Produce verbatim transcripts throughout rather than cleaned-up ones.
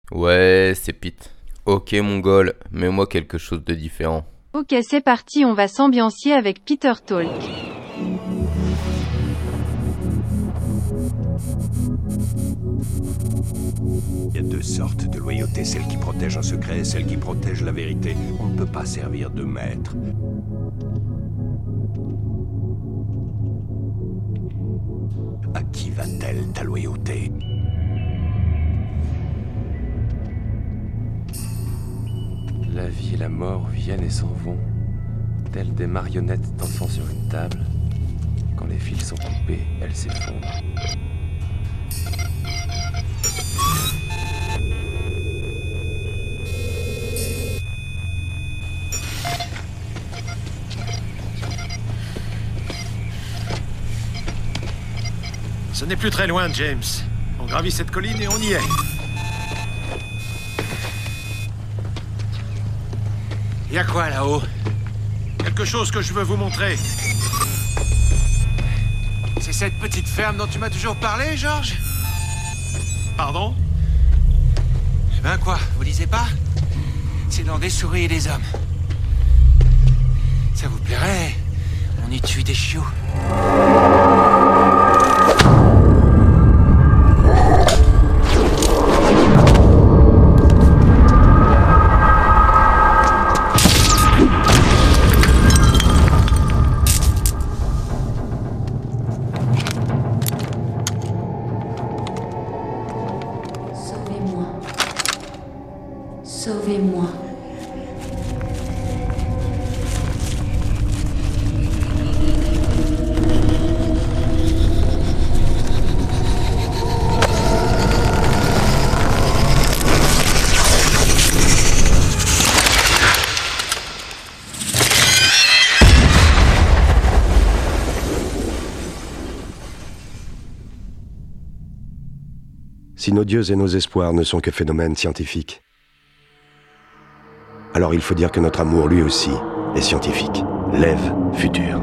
Ouais, c'est Pete. Ok Mongol, mets-moi quelque chose de différent. Ok, c'est parti, on va s'ambiancier avec Peter Talk. Il y a deux sortes de loyauté, celle qui protège un secret et celle qui protège la vérité. On ne peut pas servir de maître. À qui va-t-elle ta loyauté ? La vie et la mort viennent et s'en vont, telles des marionnettes dansant sur une table. Quand les fils sont coupés, elles s'effondrent. Ce n'est plus très loin, James. On gravit cette colline et on y est. Y a quoi là-haut? Quelque chose que je veux vous montrer. C'est cette petite ferme dont tu m'as toujours parlé, George? Pardon? Eh ben quoi, vous lisez pas? C'est dans des souris et des hommes. Ça vous plairait? On y tue des chiots. Sauvez-moi. Si nos dieux et nos espoirs ne sont que phénomènes scientifiques, alors il faut dire que notre amour, lui aussi, est scientifique. L'Ève future.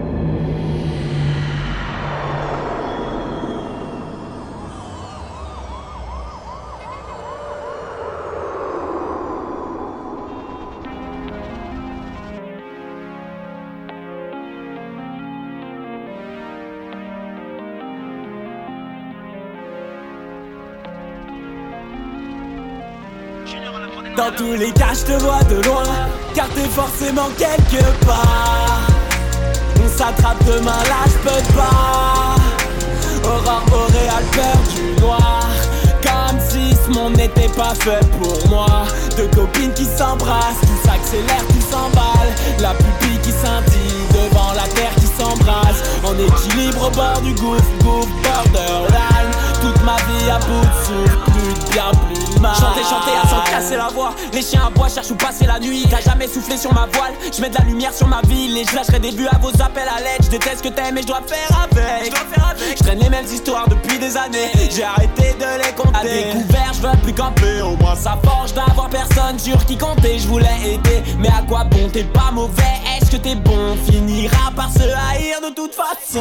Dans tous les cas, je te vois de loin, car t'es forcément quelque part. On s'attrape demain, là, je peux pas. Aurore boréale, peur du noir. Comme si ce monde n'était pas fait pour moi. Deux copines qui s'embrassent, tout s'accélère, tout s'emballe. La pupille qui scintille devant la terre qui s'embrase. En équilibre au bord du gouffre, gouffre, borderline. Toute ma vie à bout de souffle, plus de bien, plus de mal. Chanter, chanter à s'en casser la voix. Les chiens à bois cherchent où passer la nuit. T'as jamais soufflé sur ma voile. Je mets de la lumière sur ma ville et je lâcherai des vues à vos appels à l'aide. Je déteste ce que t'aimes et je dois faire avec. Je traîne les mêmes histoires depuis des années. J'ai arrêté de les compter. À découvert, je veux plus camper. Au moins ça forge d'avoir personne sur qui compter. Je voulais aider, mais à quoi bon? T'es pas mauvais, est-ce que t'es bon? Finira par se haïr de toute façon.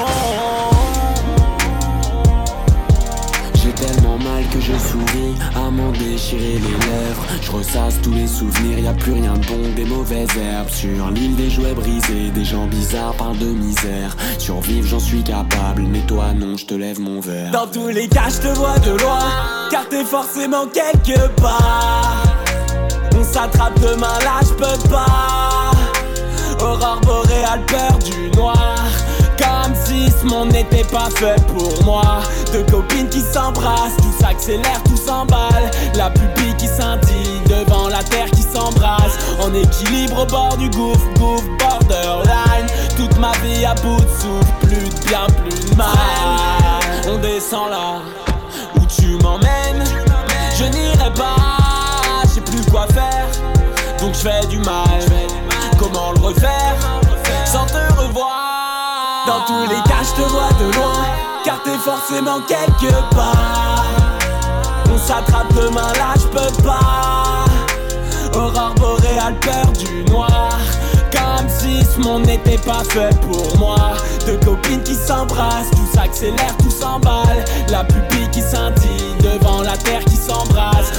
J'ai tellement mal que je souris à m'en déchirer les lèvres. Je ressasse tous les souvenirs, y a plus rien de bon, des mauvaises herbes. Sur l'île des jouets brisés, des gens bizarres parlent de misère. Survivre j'en suis capable, mais toi non, je te lève mon verre. Dans tous les cas je te vois de loin, car t'es forcément quelque part. On s'attrape demain, là je peux pas. Aurore boréale, peur du noir. Comme si ce monde n'était pas fait pour moi. Deux copines qui s'embrassent, tout s'accélère, tout s'emballe. La pupille qui scintille devant la terre qui s'embrase. En équilibre au bord du gouffre, gouffre, borderline. Toute ma vie à bout de souffle, plus de bien, plus de mal. On descend là où tu m'emmènes. Je n'irai pas, j'ai plus quoi faire. Donc je fais du mal, comment le refaire sans te revoir? Dans tous les cas je te vois de loin, car t'es forcément quelque part. On s'attrape demain, là je peux pas. Aurore boréale, peur du noir. Comme si ce monde n'était pas fait pour moi. Deux copines qui s'embrassent, tout s'accélère, tout s'emballe. La pupille qui scintille devant la terre qui s'embrase. En équilibre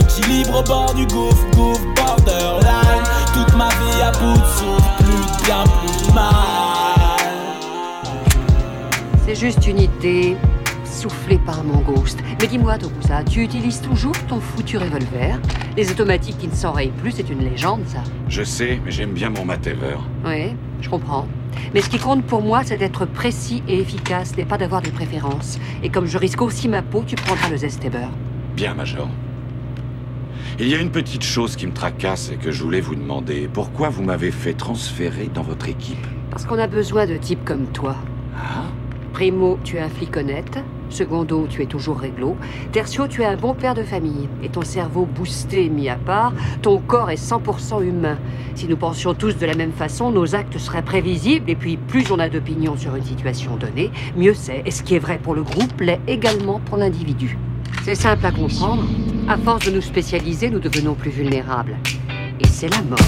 L'équilibre au bord du gouffre, gouffre, borderline. Toute ma vie à bout de souffle, plus de bien, plus de mal. C'est juste une idée soufflée par mon ghost. Mais dis-moi, Tokusa, tu utilises toujours ton foutu revolver? Les automatiques qui ne s'enrayent plus, c'est une légende, ça. Je sais, mais j'aime bien mon Matever. Oui, je comprends. Mais ce qui compte pour moi, c'est d'être précis et efficace, n'est pas d'avoir des préférences. Et comme je risque aussi ma peau, tu prendras le Zesteber. Bien, Major. Il y a une petite chose qui me tracasse et que je voulais vous demander. Pourquoi vous m'avez fait transférer dans votre équipe? Parce qu'on a besoin de types comme toi. Ah? Primo, tu es un flic honnête. Secondo, tu es toujours réglo. Tertio, tu es un bon père de famille. Et ton cerveau boosté, mis à part, ton corps est cent pour cent humain. Si nous pensions tous de la même façon, nos actes seraient prévisibles. Et puis, plus on a d'opinion sur une situation donnée, mieux c'est. Et ce qui est vrai pour le groupe l'est également pour l'individu. C'est simple à comprendre. À force de nous spécialiser, nous devenons plus vulnérables. Et c'est la mort.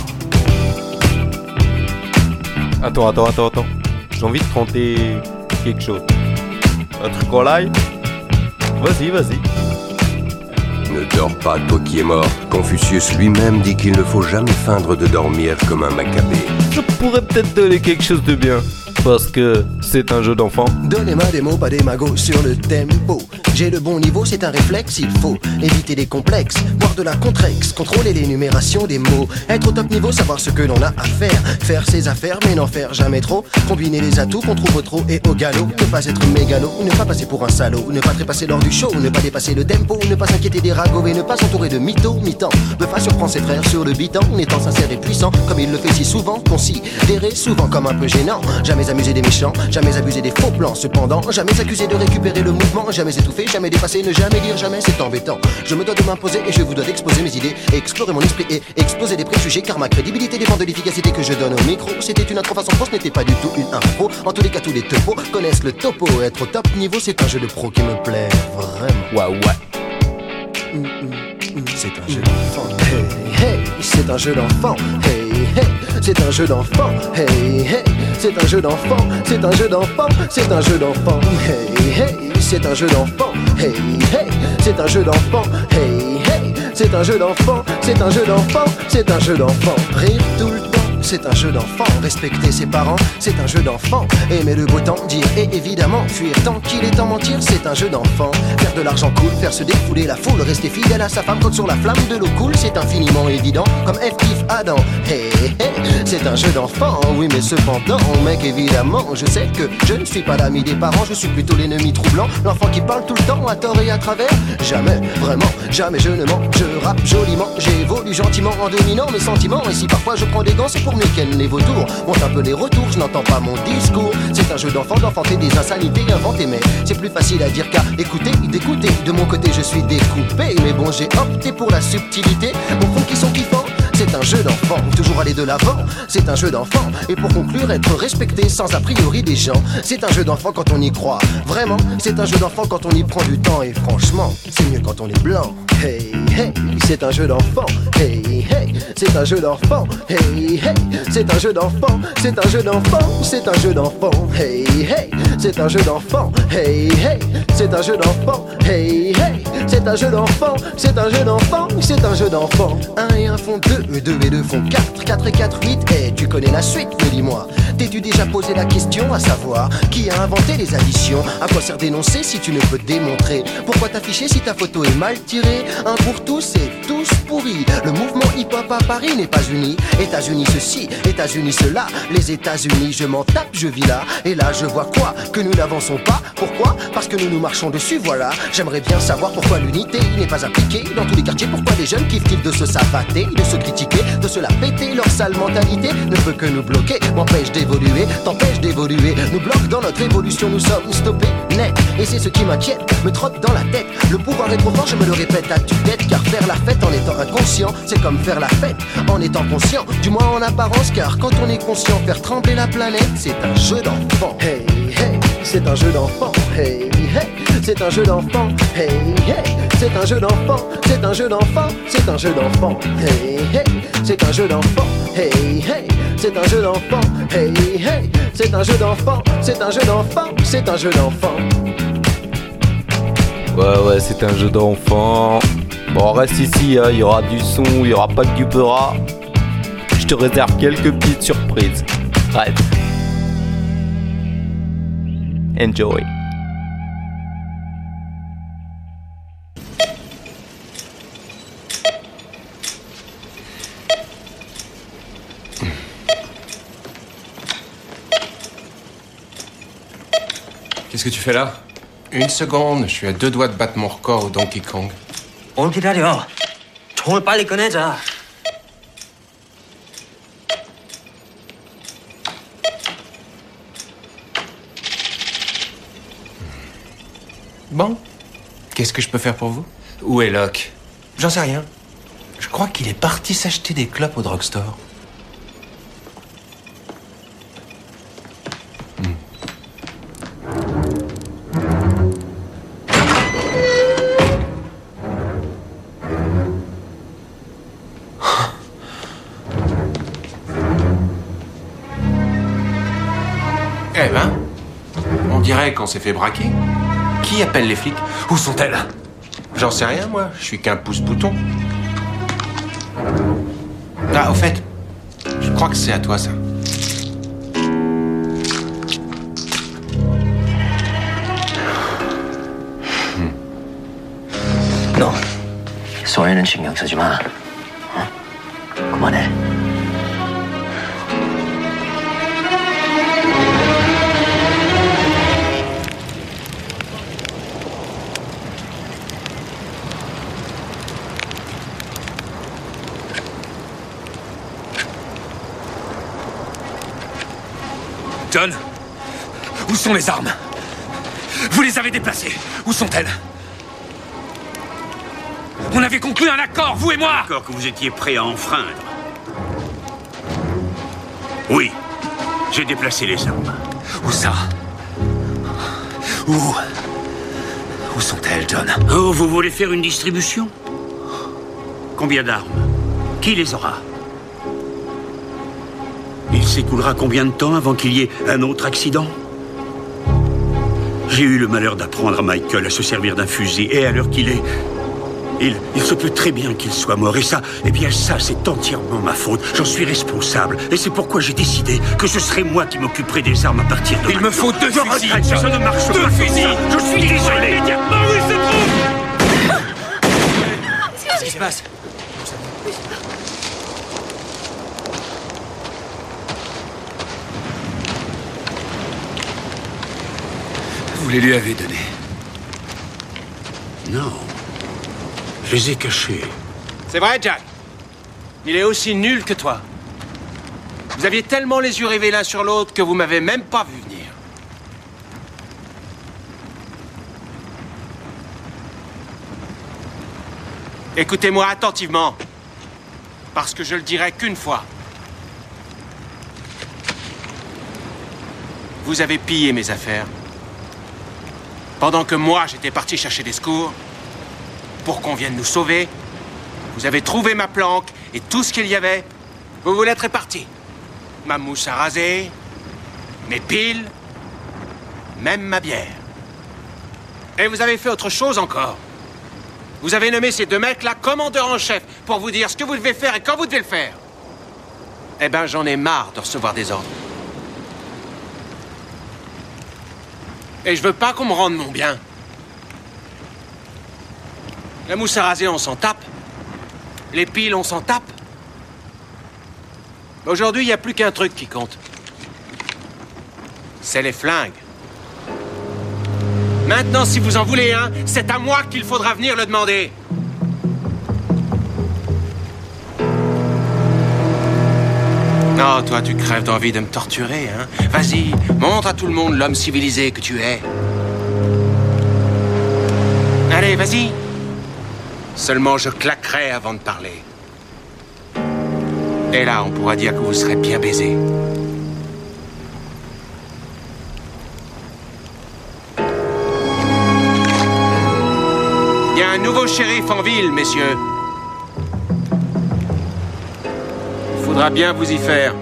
Attends, attends, attends, attends. J'ai envie de tenter quelque chose. Un truc en live? Vas-y, vas-y. Ne dors pas, toi qui es mort. Confucius lui-même dit qu'il ne faut jamais feindre de dormir comme un Maccabée. Je pourrais peut-être donner quelque chose de bien. Parce que c'est un jeu d'enfant. Donnez-moi des mots, pas des magots sur le tempo. J'ai le bon niveau, c'est un réflexe, il faut éviter les complexes, boire de la contrex, contrôler l'énumération des mots. Être au top niveau, savoir ce que l'on a à faire. Faire ses affaires, mais n'en faire jamais trop. Combiner les atouts qu'on trouve trop et au galop. Ne pas être mégalo, ne pas passer pour un salaud. Ne pas trépasser lors du show, ne pas dépasser le tempo. Ne pas s'inquiéter des ragots et ne pas s'entourer de mythos, mi-temps. Ne pas surprendre ses frères sur le bitan, en étant sincère et puissant, comme il le fait si souvent. Considéré souvent comme un peu gênant. Jamais amuser des méchants, jamais abuser des faux plans. Cependant, jamais s'accuser de récupérer le mouvement. Jamais étouffer, jamais dépasser, ne jamais dire jamais, c'est embêtant. Je me dois de m'imposer et je vous dois d'exposer mes idées, explorer mon esprit et exploser des préjugés, car ma crédibilité dépend de l'efficacité que je donne au micro. C'était une intro façon pro, ce n'était pas du tout une info. En tous les cas, tous les topos connaissent le topo. Être au top niveau, c'est un jeu de pro qui me plaît vraiment. Ouais, ouais. Mmh, mmh, mmh. C'est un jeu d'enfant. Hey, hey, c'est un jeu d'enfant. Hey, hey, c'est un jeu d'enfant. Hey, hey, c'est un jeu d'enfant. C'est un jeu d'enfant. C'est un jeu d'enfant. Hey, hey, c'est un jeu d'enfant. Hey, hey, c'est un jeu d'enfant. Hey, hey, c'est un jeu d'enfant. C'est un jeu d'enfant. C'est un jeu d'enfant. Rire tout le temps. C'est un jeu d'enfant, respecter ses parents, c'est un jeu d'enfant. Aimer le beau temps, dire et évidemment fuir tant qu'il est temps mentir, c'est un jeu d'enfant. Faire de l'argent cool, faire se défouler la foule, rester fidèle à sa femme quand sur la flamme de l'eau coule, c'est infiniment évident, comme F kiffe Adam. Hey, hey, c'est un jeu d'enfant, oui mais cependant, mec évidemment, je sais que je ne suis pas l'ami des parents, je suis plutôt l'ennemi troublant, l'enfant qui parle tout le temps à tort et à travers. Jamais, vraiment, jamais je ne mens, je rappe joliment, j'évolue gentiment en dominant mes sentiments, et si parfois je prends des gants, c'est pour mieux qu'elle les vautours. Monte un peu les retours, je n'entends pas mon discours. C'est un jeu d'enfant d'enfanter des insanités inventées, mais c'est plus facile à dire qu'à écouter, d'écouter. De mon côté je suis découpé, mais bon j'ai opté pour la subtilité. Mon fond qui sont kiffants. C'est un jeu d'enfant, toujours aller de l'avant, c'est un jeu d'enfant. Et pour conclure, être respecté sans a priori des gens. C'est un jeu d'enfant quand on y croit, vraiment. C'est un jeu d'enfant quand on y prend du temps. Et franchement, c'est mieux quand on est blanc. Hey, hey, c'est un jeu d'enfant. Hey, hey, c'est un jeu d'enfant. Hey, hey, c'est un jeu d'enfant. C'est un jeu d'enfant, c'est un jeu d'enfant. Hey, hey, c'est un jeu d'enfant. Hey, hey, c'est un jeu d'enfant. Hey, hey, c'est un jeu d'enfant. C'est un jeu d'enfant, c'est un jeu d'enfant. Un et un font deux. deux et deux font quatre, quatre et quatre, huit. Et tu connais la suite, me dis-moi. T'es-tu déjà posé la question, à savoir qui a inventé les additions? À quoi sert d'énoncer si tu ne peux démontrer? Pourquoi t'afficher si ta photo est mal tirée? Un pour tous et tous pourris. Le mouvement hip-hop à Paris n'est pas uni. États-Unis ceci, États-Unis cela. Les États-Unis, je m'en tape, je vis là. Et là je vois quoi? Que nous n'avançons pas. Pourquoi? Parce que nous nous marchons dessus, voilà. J'aimerais bien savoir pourquoi l'unité n'est pas appliquée dans tous les quartiers. Pourquoi les jeunes kiffent-ils de se savater, de se critiquer, de se la péter? Leur sale mentalité ne peut que nous bloquer, m'empêche d'évoluer, t'empêche d'évoluer, nous bloque dans notre évolution, nous sommes stoppés net. Et c'est ce qui m'inquiète, me trotte dans la tête. Le pouvoir est trop fort, je me le répète à tue-tête. Car faire la fête en étant inconscient, c'est comme faire la fête en étant conscient, du moins en apparence. Car quand on est conscient, faire trembler la planète, c'est un jeu d'enfant. Hey, hey, c'est un jeu d'enfant. Hey, hey, c'est un jeu d'enfant. Hey, hey, c'est un jeu d'enfant. C'est un jeu d'enfant. C'est un jeu d'enfant. Hey, hey, c'est un jeu d'enfant. Hey, hey, c'est un jeu d'enfant. Hey, hey, c'est un jeu d'enfant. C'est un jeu d'enfant. C'est un jeu d'enfant. Ouais, ouais, c'est un jeu d'enfant. Bon, reste ici, hein. Il y aura du son, il y aura pas que du peura. Je te réserve quelques petites surprises. Bref. Enjoy. Qu'est-ce que tu fais là? Une seconde, je suis à deux doigts de battre mon record au Donkey Kong. 뭘 기다려? 총을 빨리 꺼내자. Bon, qu'est-ce que je peux faire pour vous? Où est Locke? J'en sais rien. Je crois qu'il est parti s'acheter des clopes au drugstore. Hmm. Eh ben, on dirait qu'on s'est fait braquer. Qui appelle les flics? Où sont-elles? J'en sais rien, moi. Je suis qu'un pouce-bouton. Ah, au fait, je crois que c'est à toi, ça. 너 소연은 신경 쓰지 마. 어? 그만해. John, où sont les armes? Vous les avez déplacées. Où sont-elles? On avait conclu un accord, vous et moi. Accord que vous étiez prêt à enfreindre. Oui, j'ai déplacé les armes. Où ça? Où? Où sont-elles, John? Oh, vous voulez faire une distribution? Combien d'armes? Qui les aura? Il s'écoulera combien de temps avant qu'il y ait un autre accident? J'ai eu le malheur d'apprendre à Michael à se servir d'un fusil, et à l'heure qu'il est, il, il se peut très bien qu'il soit mort. Et ça, eh bien ça, c'est entièrement ma faute. J'en suis responsable. Et c'est pourquoi j'ai décidé que ce serait moi qui m'occuperai des armes à partir de Il maintenant. me faut deux Je fusils, regrette, John. ça ne marche Deux pas. fusils. Je suis désolé. Immédiatement, où il se trouve? Qu'est-ce qui se passe? Vous les lui avez donnés? Non. Je les ai cachés. C'est vrai, Jack. Il est aussi nul que toi. Vous aviez tellement les yeux rivés l'un sur l'autre que vous m'avez même pas vu venir. Écoutez-moi attentivement, parce que je le dirai qu'une fois. Vous avez pillé mes affaires. Pendant que moi, j'étais parti chercher des secours, pour qu'on vienne nous sauver, vous avez trouvé ma planque et tout ce qu'il y avait, vous vous l'êtes réparti. Ma mousse à raser, mes piles, même ma bière. Et vous avez fait autre chose encore. Vous avez nommé ces deux mecs-là commandeurs en chef pour vous dire ce que vous devez faire et quand vous devez le faire. Eh ben, j'en ai marre de recevoir des ordres. Et je veux pas qu'on me rende mon bien. La mousse à raser, on s'en tape. Les piles, on s'en tape. Aujourd'hui, il n'y a plus qu'un truc qui compte. C'est les flingues. Maintenant, si vous en voulez un, c'est à moi qu'il faudra venir le demander. Non, toi, tu crèves d'envie de me torturer, hein? Vas-y, montre à tout le monde l'homme civilisé que tu es. Allez, vas-y. Seulement, je claquerai avant de parler. Et là, on pourra dire que vous serez bien baisé. Il y a un nouveau shérif en ville, messieurs. Il faudra bien vous y faire.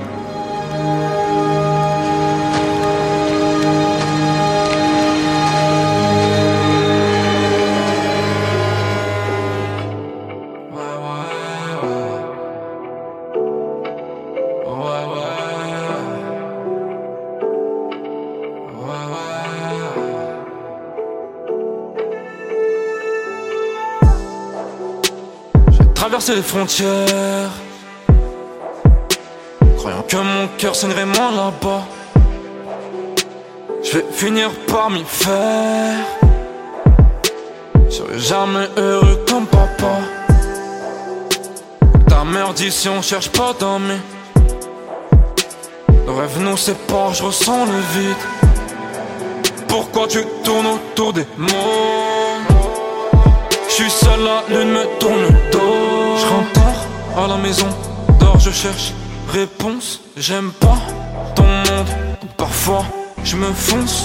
traverser les frontières, croyant que mon cœur saignerait moins là-bas. Je vais finir par m'y faire. Je serai jamais heureux comme papa. Ta mère dit si on cherche pas d'amis, le rêve nous sépare, je ressens le vide. Pourquoi tu tournes autour des mots? Je suis seul, la lune me tourne le dos. Je rentre tard à la maison, dehors je cherche réponse. J'aime pas ton monde, parfois je me fonce.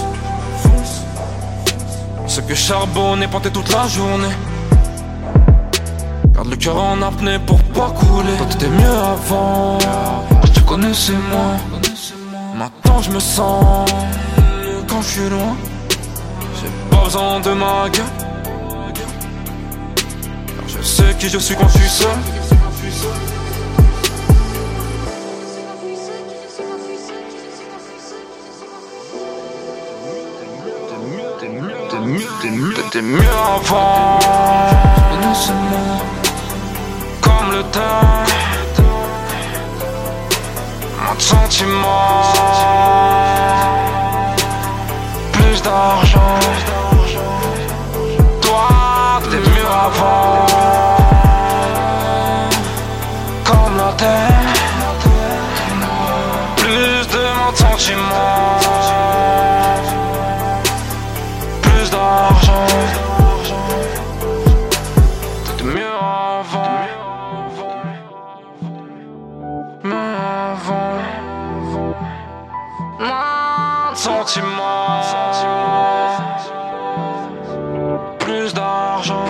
Ce que charbonne et panté toute la journée. Garde le cœur en apnée pour pas couler. Toi t'étais mieux avant, tu connaissais moi. Maintenant je me sens mieux quand je suis loin. J'ai pas besoin de ma gueule, car je sais qui je suis quand je suis seul. T'étais mieux avant, connaissez-moi comme le temps. Moins de sentiments, plus d'argent. Toi, t'étais mieux avant, comme la terre. Plus de moins de sentiments, plus d'argent. T'étais mieux avant, mieux avant. Moins de sentiments, plus d'argent.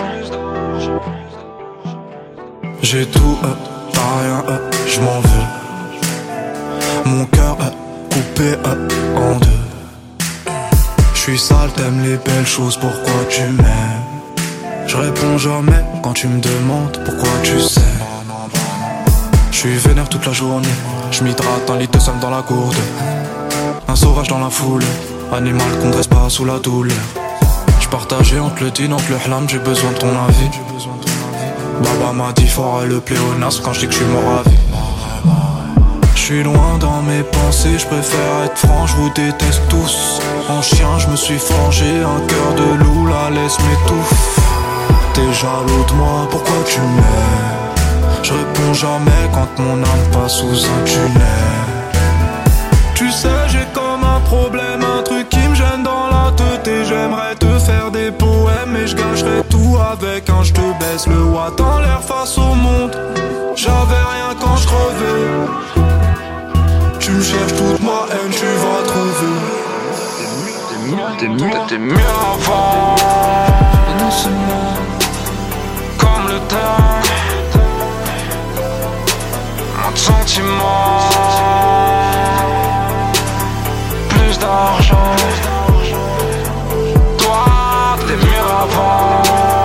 J'ai tout, euh, pas rien, euh, je m'en veux. Mon cœur euh, coupé euh, en deux. J'suis sale, t'aimes les belles choses, pourquoi tu m'aimes? Je réponds jamais quand tu me demandes pourquoi tu sais. J'suis vénère toute la journée, j'm'hydrate un litre de somme dans la gourde. Un sauvage dans la foule, animal qu'on dresse pas sous la douleur. J'partageais entre le din, entre le hlam, j'ai besoin de ton avis. Baba m'a dit fort le pléonasme quand j'dis que j'suis mort à vie. J'suis loin dans mes pensées, j'préfère être franc, j'vous déteste tous. En chien j'me suis forgé un cœur de loup, la laisse m'étouffe. T'es jaloux de moi, pourquoi tu m'aimes? J'réponds jamais quand mon âme passe sous un tunnel. Tu sais j'ai comme un problème, un truc qui me gêne dans la tête. Et j'aimerais te faire des poèmes, mais j'gâcherais tout avec un j'te baisse le watt dans l'air face au monde. J'avais rien quand j'crevais. Tu me cherches toute ma haine, tu vas trouver. T'es mieux, t'étais mieux avant, connaissez-moi comme le temps. Moins de sentiments, plus d'argent. Toi, t'es mieux avant,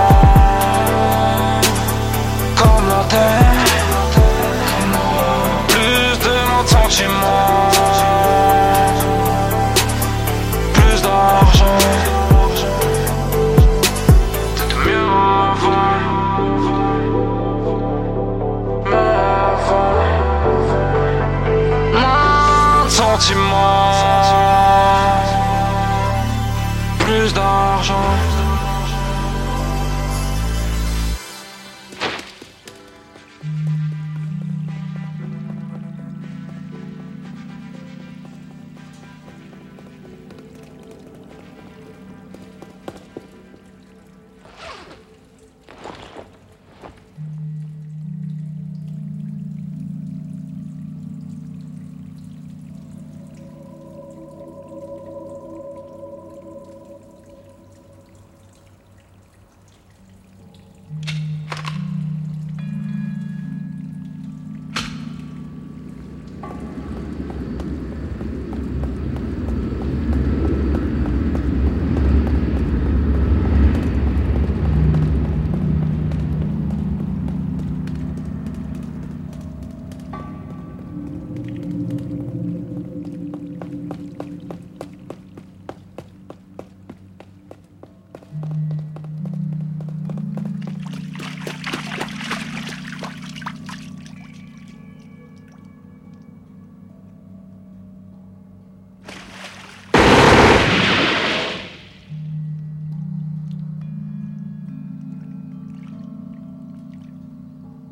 comme la terre. Plus de moins de sentiments, plus d'argent. T'étais mieux avant, mieux avant. Moins de sentiments, plus d'argent.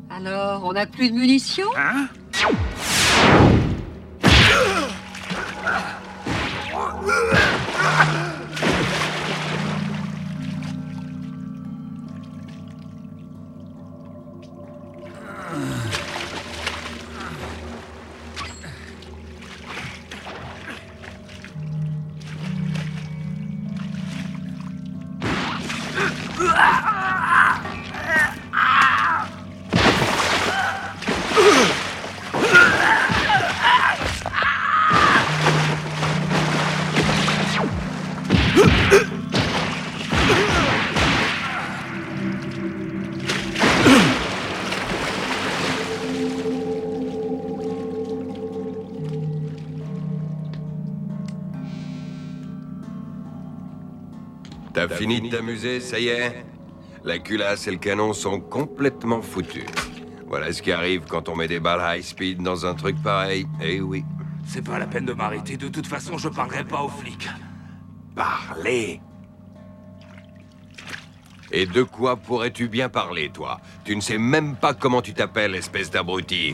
Alors, on n'a plus de munitions? Hein? T'as fini de t'amuser, ça y est? La culasse et le canon sont complètement foutus. Voilà ce qui arrive quand on met des balles high speed dans un truc pareil. Eh oui. C'est pas la peine de m'arrêter, de toute façon je parlerai pas aux flics. Parler? Et de quoi pourrais-tu bien parler, toi? Tu ne sais même pas comment tu t'appelles, espèce d'abruti.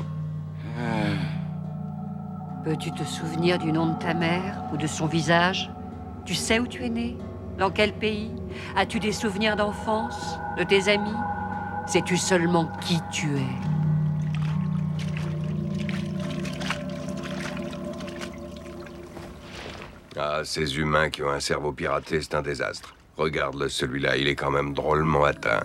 Peux-tu te souvenir du nom de ta mère ou de son visage? Tu sais où tu es né? Dans quel pays? As-tu des souvenirs d'enfance? De tes amis? Sais-tu seulement qui tu es? Ah, ces humains qui ont un cerveau piraté, c'est un désastre. Regarde-le, celui-là, il est quand même drôlement atteint.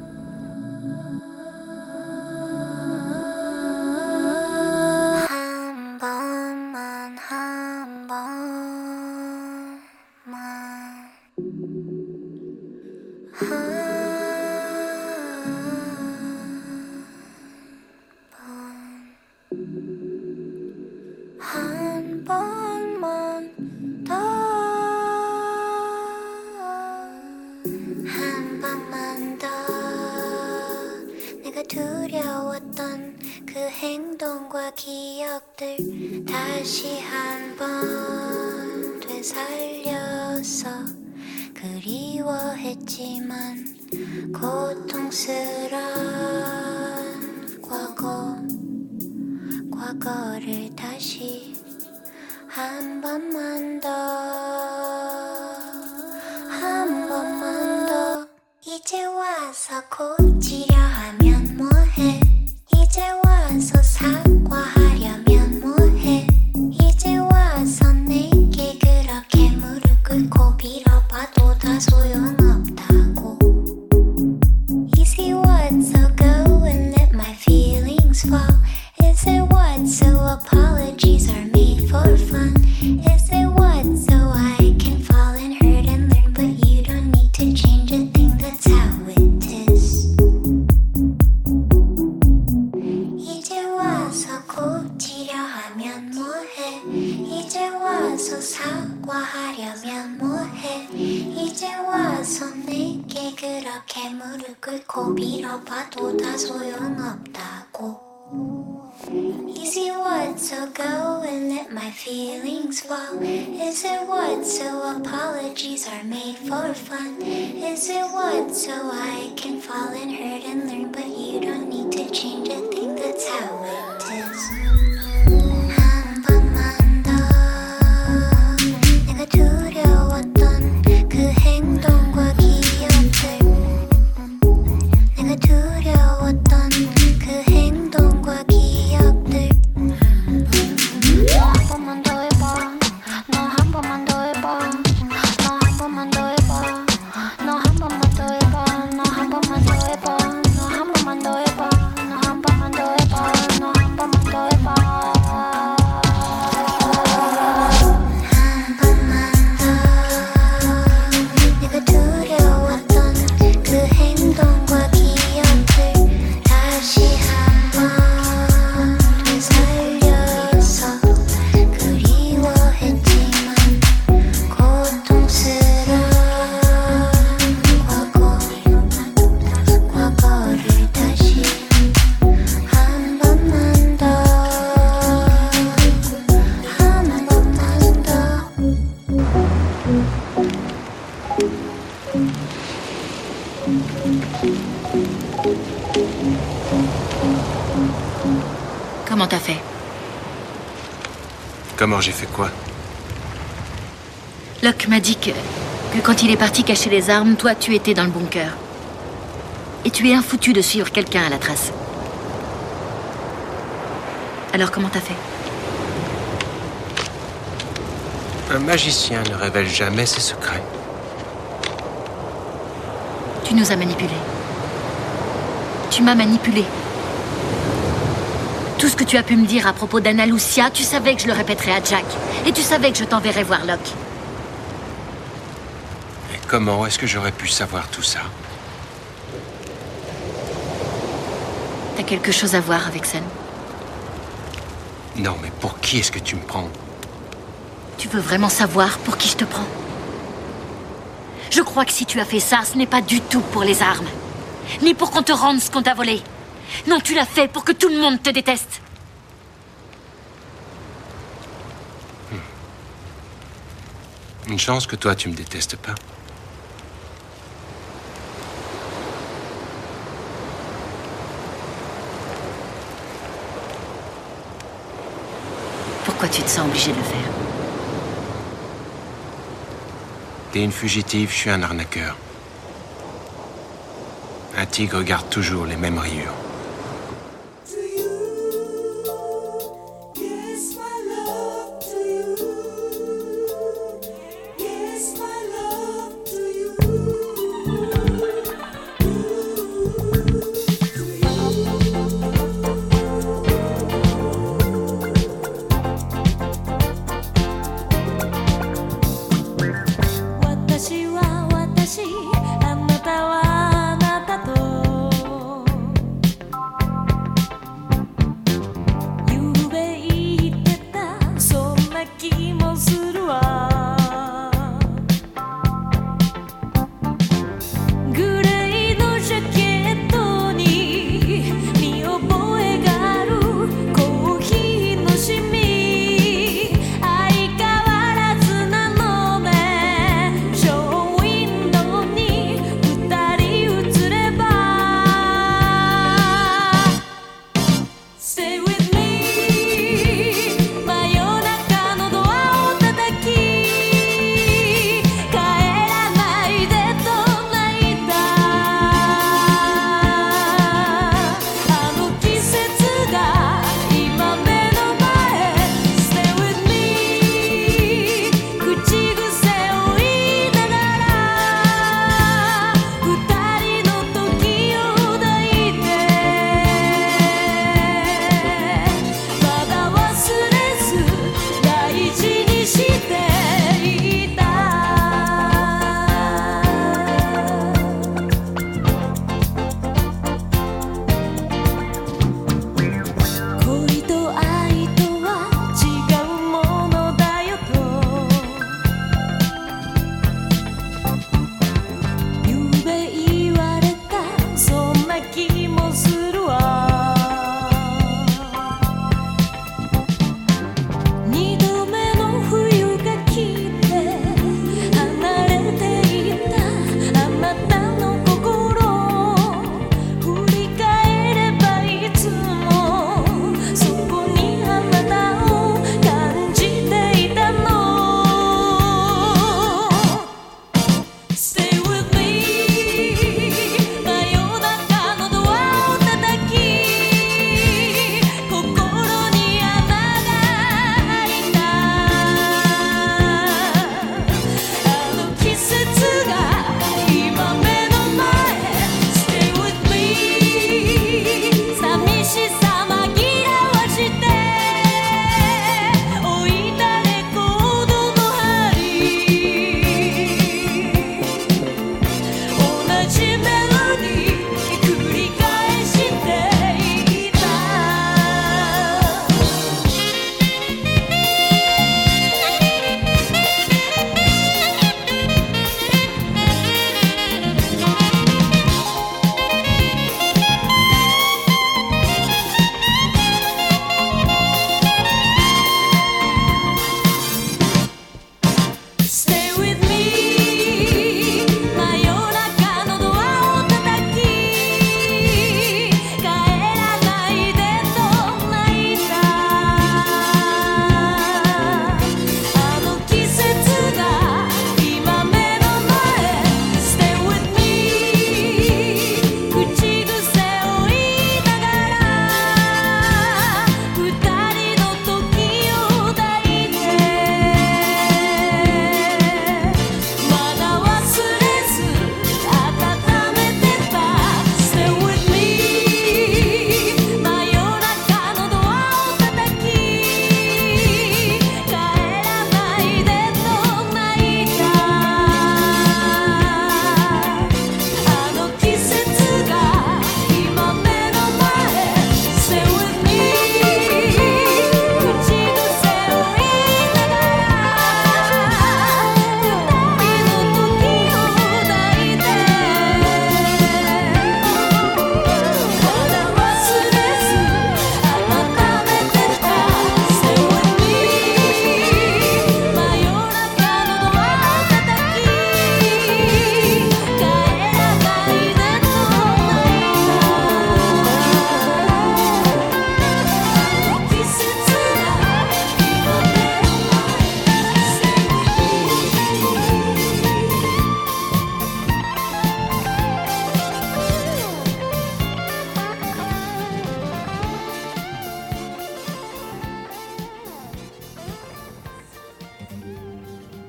두려웠던 그 행동과 기억들 다시 한번 되살려서 그리워했지만 고통스런 과거 과거를 다시 한 번만 더 한 번만 더 이제 와서 고치려 하면 뭐해 이제 와서 사과하려면 뭐해 이제 와서 내게 그렇게 무릎 꿇고 빌어봐도 다 소용없다고 Is it what so go and let my feelings fall Is it what so apologies are made for fun Is it what so I can fall and hurt and learn but you don't need to change a thing that's how it is 이제 와서 고치려 하면 뭐해 이제 와서 사과하려면 뭐해 이제 와서 내게 그렇게 무릎 꿇고 빌어봐도 다 소용없다고 Is it what so go and let my feelings fall Is it what so apologies are made for fun Is it what so I can fall and hurt and learn but you don't need to change a thing that's how it is 한 번만 더 내가 두려웠던 그 행동과 기억들 내가 두려웠던 그 행동과 기억들 한 번만 더 해봐 너 한 번만 더 해봐 너 한 번만 더 해봐 너 한 번만 더 해봐 너 한 번만 더 해봐 너 한 번만 더 해봐 Comment t'as fait? Comment j'ai fait quoi? Locke m'a dit que, que quand il est parti cacher les armes, toi, tu étais dans le bunker. Et tu es infoutu de suivre quelqu'un à la trace. Alors comment t'as fait? Un magicien ne révèle jamais ses secrets. Tu nous as manipulés. Tu m'as manipulé. Tout ce que tu as pu me dire à propos d'Anna Lucia, tu savais que je le répéterais à Jack. Et tu savais que je t'enverrais voir Locke. Et comment est-ce que j'aurais pu savoir tout ça? T'as quelque chose à voir avec Sen? Non, mais pour qui est-ce que tu me prends? Tu veux vraiment savoir pour qui je te prends? Je crois que si tu as fait ça, ce n'est pas du tout pour les armes. Ni pour qu'on te rende ce qu'on t'a volé. Non, tu l'as fait pour que tout le monde te déteste. Hmm. Une chance que toi, tu me détestes pas. Pourquoi tu te sens obligé de le faire? T'es une fugitive, je suis un arnaqueur. Un tigre garde toujours les mêmes rayures.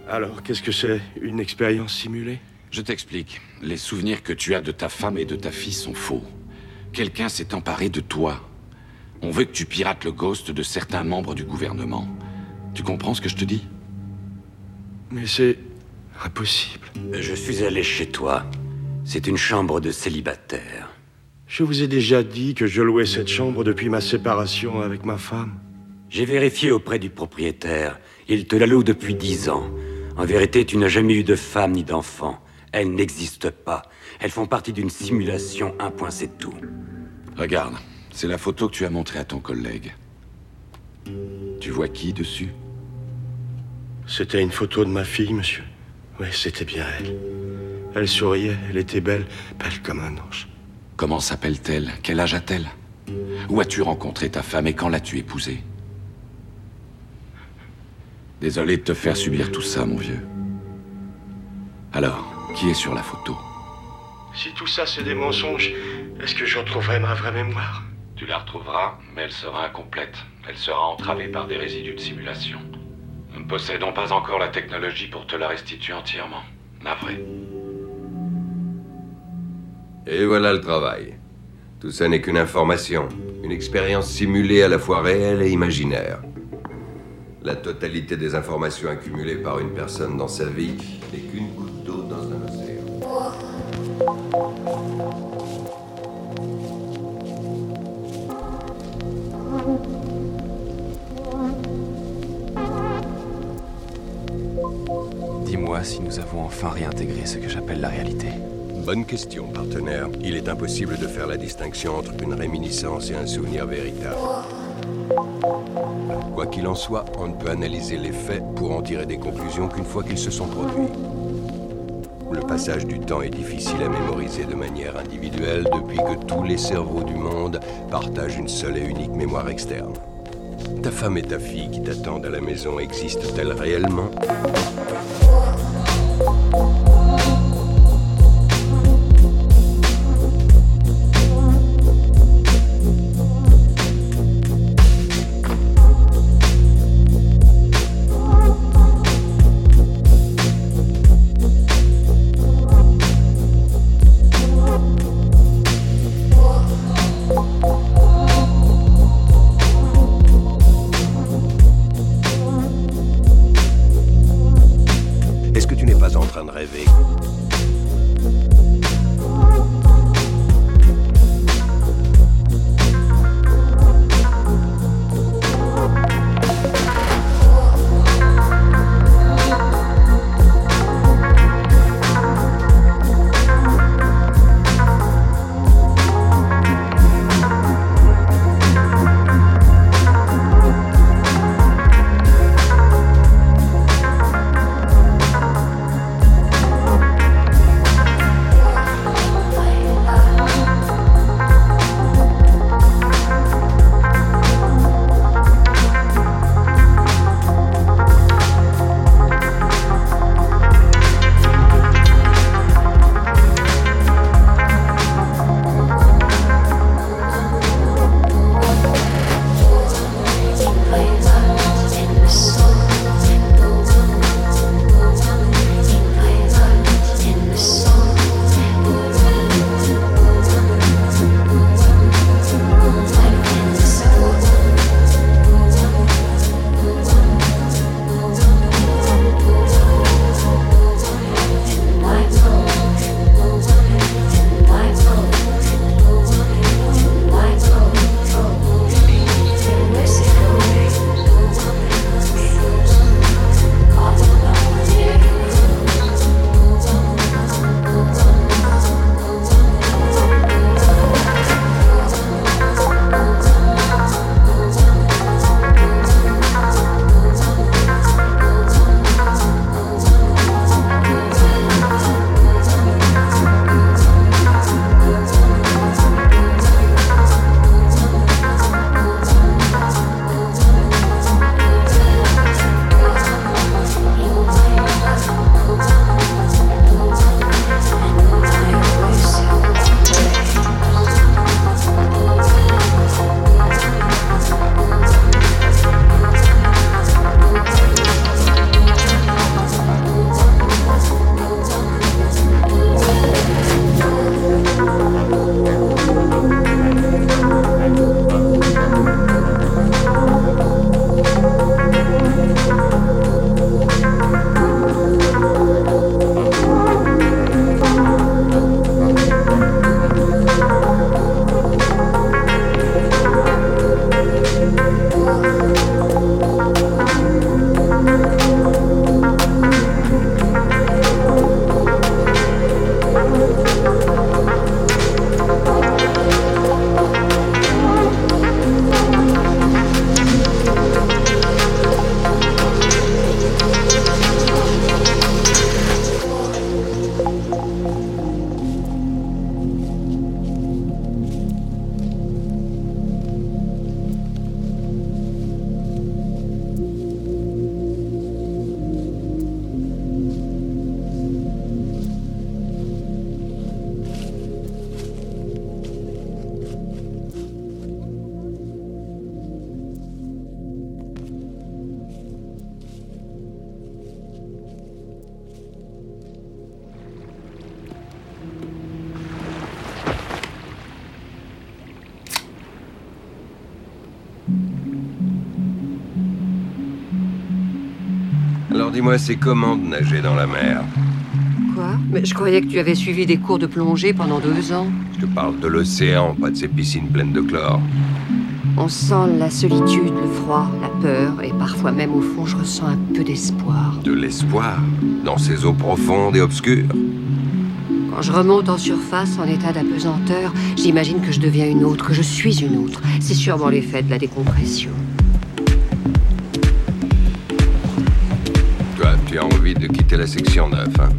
Alors, qu'est-ce que c'est? Une expérience simulée? Je t'explique. Les souvenirs que tu as de ta femme et de ta fille sont faux. Quelqu'un s'est emparé de toi. On veut que tu pirates le ghost de certains membres du gouvernement. Tu comprends ce que je te dis? Mais c'est... impossible. Je suis allé chez toi. C'est une chambre de célibataire. Je vous ai déjà dit que je louais cette chambre depuis ma séparation avec ma femme. J'ai vérifié auprès du propriétaire. Il te la loue depuis dix ans. En vérité, tu n'as jamais eu de femme ni d'enfant. Elles n'existent pas. Elles font partie d'une simulation, un point c'est tout. Regarde, c'est la photo que tu as montrée à ton collègue. Tu vois qui dessus? C'était une photo de ma fille, monsieur. Oui, c'était bien elle. Elle souriait, elle était belle, belle comme un ange. Comment s'appelle-t-elle? Quel âge a-t-elle? Où as-tu rencontré ta femme et quand l'as-tu épousée? Désolé de te faire subir tout ça, mon vieux. Alors, qui est sur la photo? Si tout ça c'est des mensonges, est-ce que je retrouverai ma vraie mémoire? Tu la retrouveras, mais elle sera incomplète. Elle sera entravée par des résidus de simulation. Nous ne possédons pas encore la technologie pour te la restituer entièrement. Navré. Et voilà le travail. Tout ça n'est qu'une information, une expérience simulée à la fois réelle et imaginaire. La totalité des informations accumulées par une personne dans sa vie n'est qu'une goutte d'eau dans un océan. Dis-moi si nous avons enfin réintégré ce que j'appelle la réalité. Bonne question, partenaire. Il est impossible de faire la distinction entre une réminiscence et un souvenir véritable. Quoi qu'il en soit, on ne peut analyser les faits pour en tirer des conclusions qu'une fois qu'ils se sont produits. Le passage du temps est difficile à mémoriser de manière individuelle depuis que tous les cerveaux du monde partagent une seule et unique mémoire externe. Ta femme et ta fille qui t'attendent à la maison existent-elles réellement ? Alors dis-moi, c'est comment de nager dans la mer? Quoi? Mais je croyais que tu avais suivi des cours de plongée pendant deux ans. Je te parle de l'océan, pas de ces piscines pleines de chlore. On sent la solitude, le froid, la peur, et parfois même au fond, je ressens un peu d'espoir. De l'espoir? Dans ces eaux profondes et obscures? Quand je remonte en surface, en état d'apesanteur, j'imagine que je deviens une autre, que je suis une autre. C'est sûrement l'effet de la décompression. Toi, tu as envie de quitter la section neuf, hein?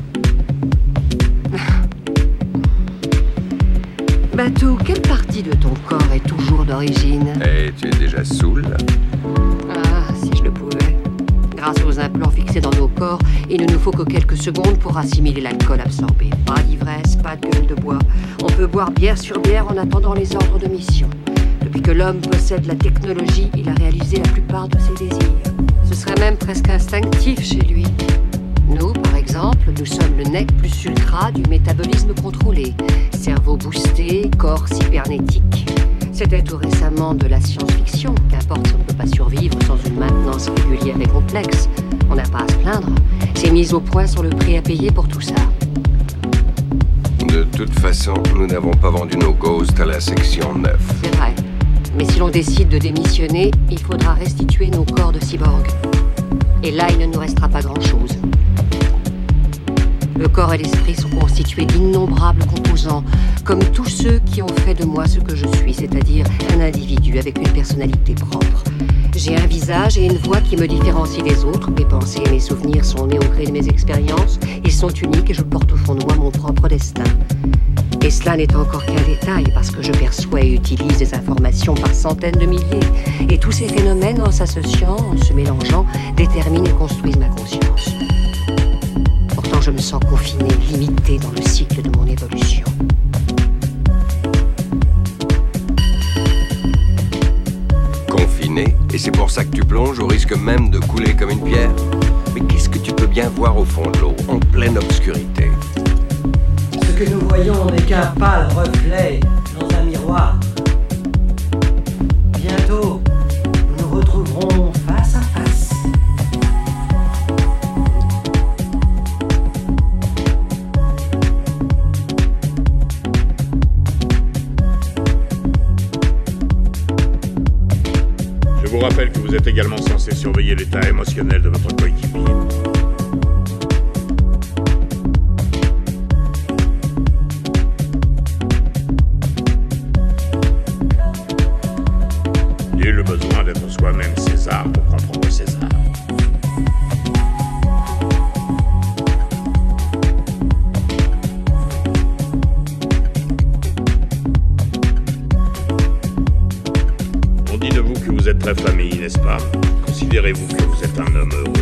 Bateau, quelle partie de ton corps est toujours d'origine? Et tu es déjà saoul? Ah, si je le pouvais. Grâce aux implants fixés dans nos corps, il ne nous faut que quelques secondes pour assimiler l'alcool absorbé. Pas d'ivresse, pas de gueule de bois. On peut boire bière sur bière en attendant les ordres de mission. Depuis que l'homme possède la technologie, il a réalisé la plupart de ses désirs. Ce serait même presque instinctif chez lui. Nous, par exemple, nous sommes le nec plus ultra du métabolisme contrôlé. Cerveau boosté, corps cybernétique. C'était tout récemment de la science-fiction. Qu'importe si on ne peut pas survivre sans une maintenance régulière et complexe. On n'a pas à se plaindre. Ces mises au point sont le prix à payer pour tout ça. De toute façon, nous n'avons pas vendu nos ghosts à la section neuf. C'est vrai. Mais si l'on décide de démissionner, il faudra restituer nos corps de cyborg. Et là, il ne nous restera pas grand-chose. Le corps et l'esprit sont constitués d'innombrables composants, comme tous ceux qui ont fait de moi ce que je suis, c'est-à-dire un individu avec une personnalité propre. J'ai un visage et une voix qui me différencient des autres. Mes pensées et mes souvenirs sont nés au gré de mes expériences. Ils sont uniques et je porte au fond de moi mon propre destin. Et cela n'est encore qu'un détail, parce que je perçois et utilise des informations par centaines de milliers. Et tous ces phénomènes, en s'associant, en se mélangeant, déterminent et construisent ma conscience. Pourtant, je me sens confiné, limité dans le cycle de mon évolution. Confiné? Et c'est pour ça que tu plonges au risque même de couler comme une pierre? Mais qu'est-ce que tu peux bien voir au fond de l'eau, en pleine obscurité? Ce que nous voyons n'est qu'un pâle reflet dans un miroir. Bientôt, nous nous retrouverons face à face. Je vous rappelle que vous êtes également censé surveiller l'état émotionnel de votre coéquipier. Nul besoin d'être soi-même César pour comprendre César. On dit de vous que vous êtes très famille, n'est-ce pas? Considérez-vous que vous êtes un homme heureux?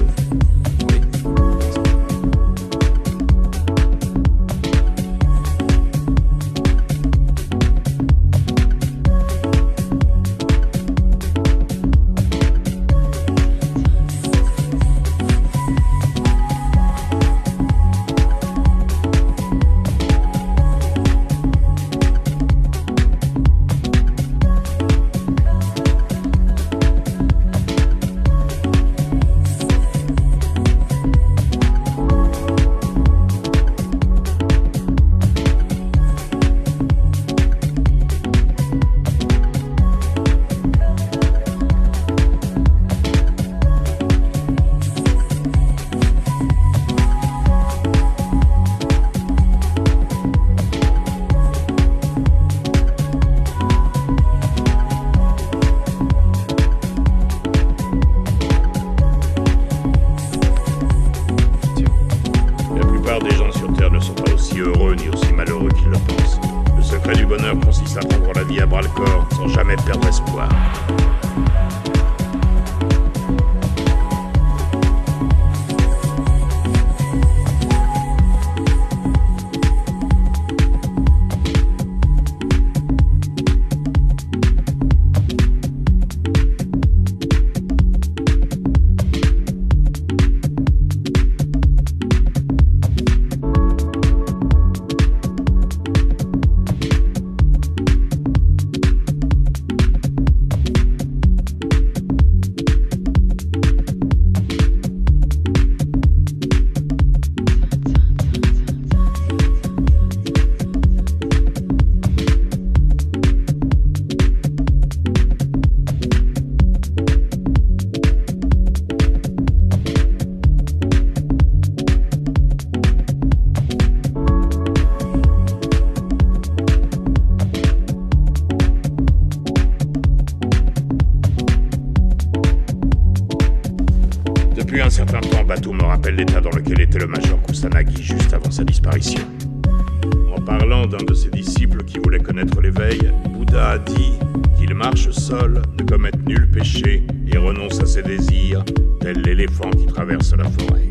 Depuis un certain temps, Batou me rappelle l'état dans lequel était le Major Kusanagi juste avant sa disparition. En parlant d'un de ses disciples qui voulait connaître l'éveil, Bouddha a dit qu'il marche seul, ne commette nul péché et renonce à ses désirs, tel l'éléphant qui traverse la forêt.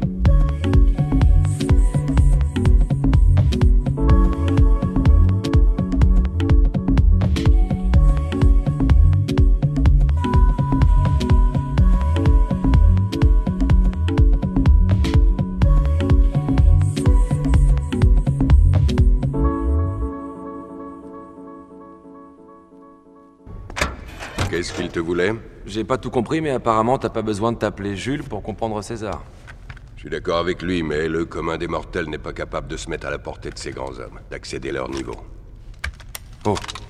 Qu'est-ce qu'il te voulait? J'ai pas tout compris, mais apparemment t'as pas besoin de t'appeler Jules pour comprendre César. Je suis d'accord avec lui, mais le commun des mortels n'est pas capable de se mettre à la portée de ces grands hommes, d'accéder à leur niveau. Oh.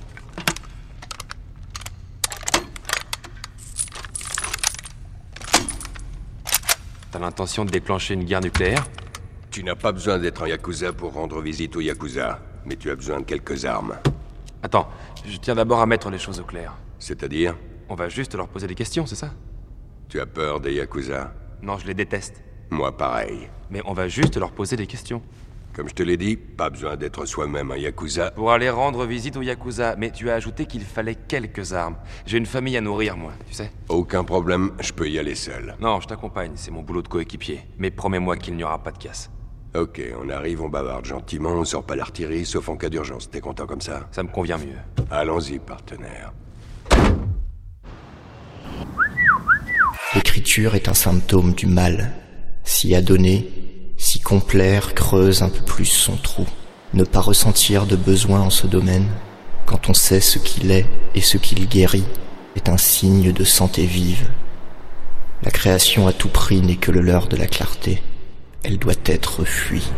T'as l'intention de déclencher une guerre nucléaire? Tu n'as pas besoin d'être un Yakuza pour rendre visite aux Yakuza, mais tu as besoin de quelques armes. Attends, je tiens d'abord à mettre les choses au clair. C'est-à-dire? On va juste leur poser des questions, c'est ça? Tu as peur des Yakuza? Non, je les déteste. Moi, pareil. Mais on va juste leur poser des questions. Comme je te l'ai dit, pas besoin d'être soi-même un Yakuza. Pour aller rendre visite aux Yakuza, mais tu as ajouté qu'il fallait quelques armes. J'ai une famille à nourrir, moi, tu sais. Aucun problème, je peux y aller seul. Non, je t'accompagne, c'est mon boulot de coéquipier. Mais promets-moi qu'il n'y aura pas de casse. Ok, on arrive, on bavarde gentiment, on sort pas l'artillerie, sauf en cas d'urgence. T'es content comme ça? Ça me convient mieux. Allons-y, partenaire. L'écriture est un symptôme du mal. S'y adonner, s'y complaire creuse un peu plus son trou. Ne pas ressentir de besoin en ce domaine, quand on sait ce qu'il est et ce qu'il guérit, est un signe de santé vive. La création à tout prix n'est que le leurre de la clarté. Elle doit être fuie.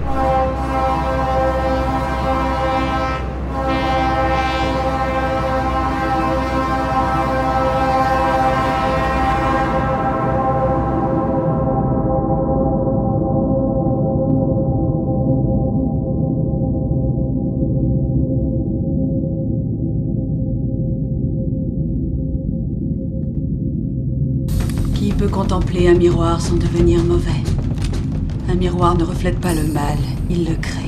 Qui peut contempler un miroir sans devenir mauvais? Un miroir ne reflète pas le mal, il le crée.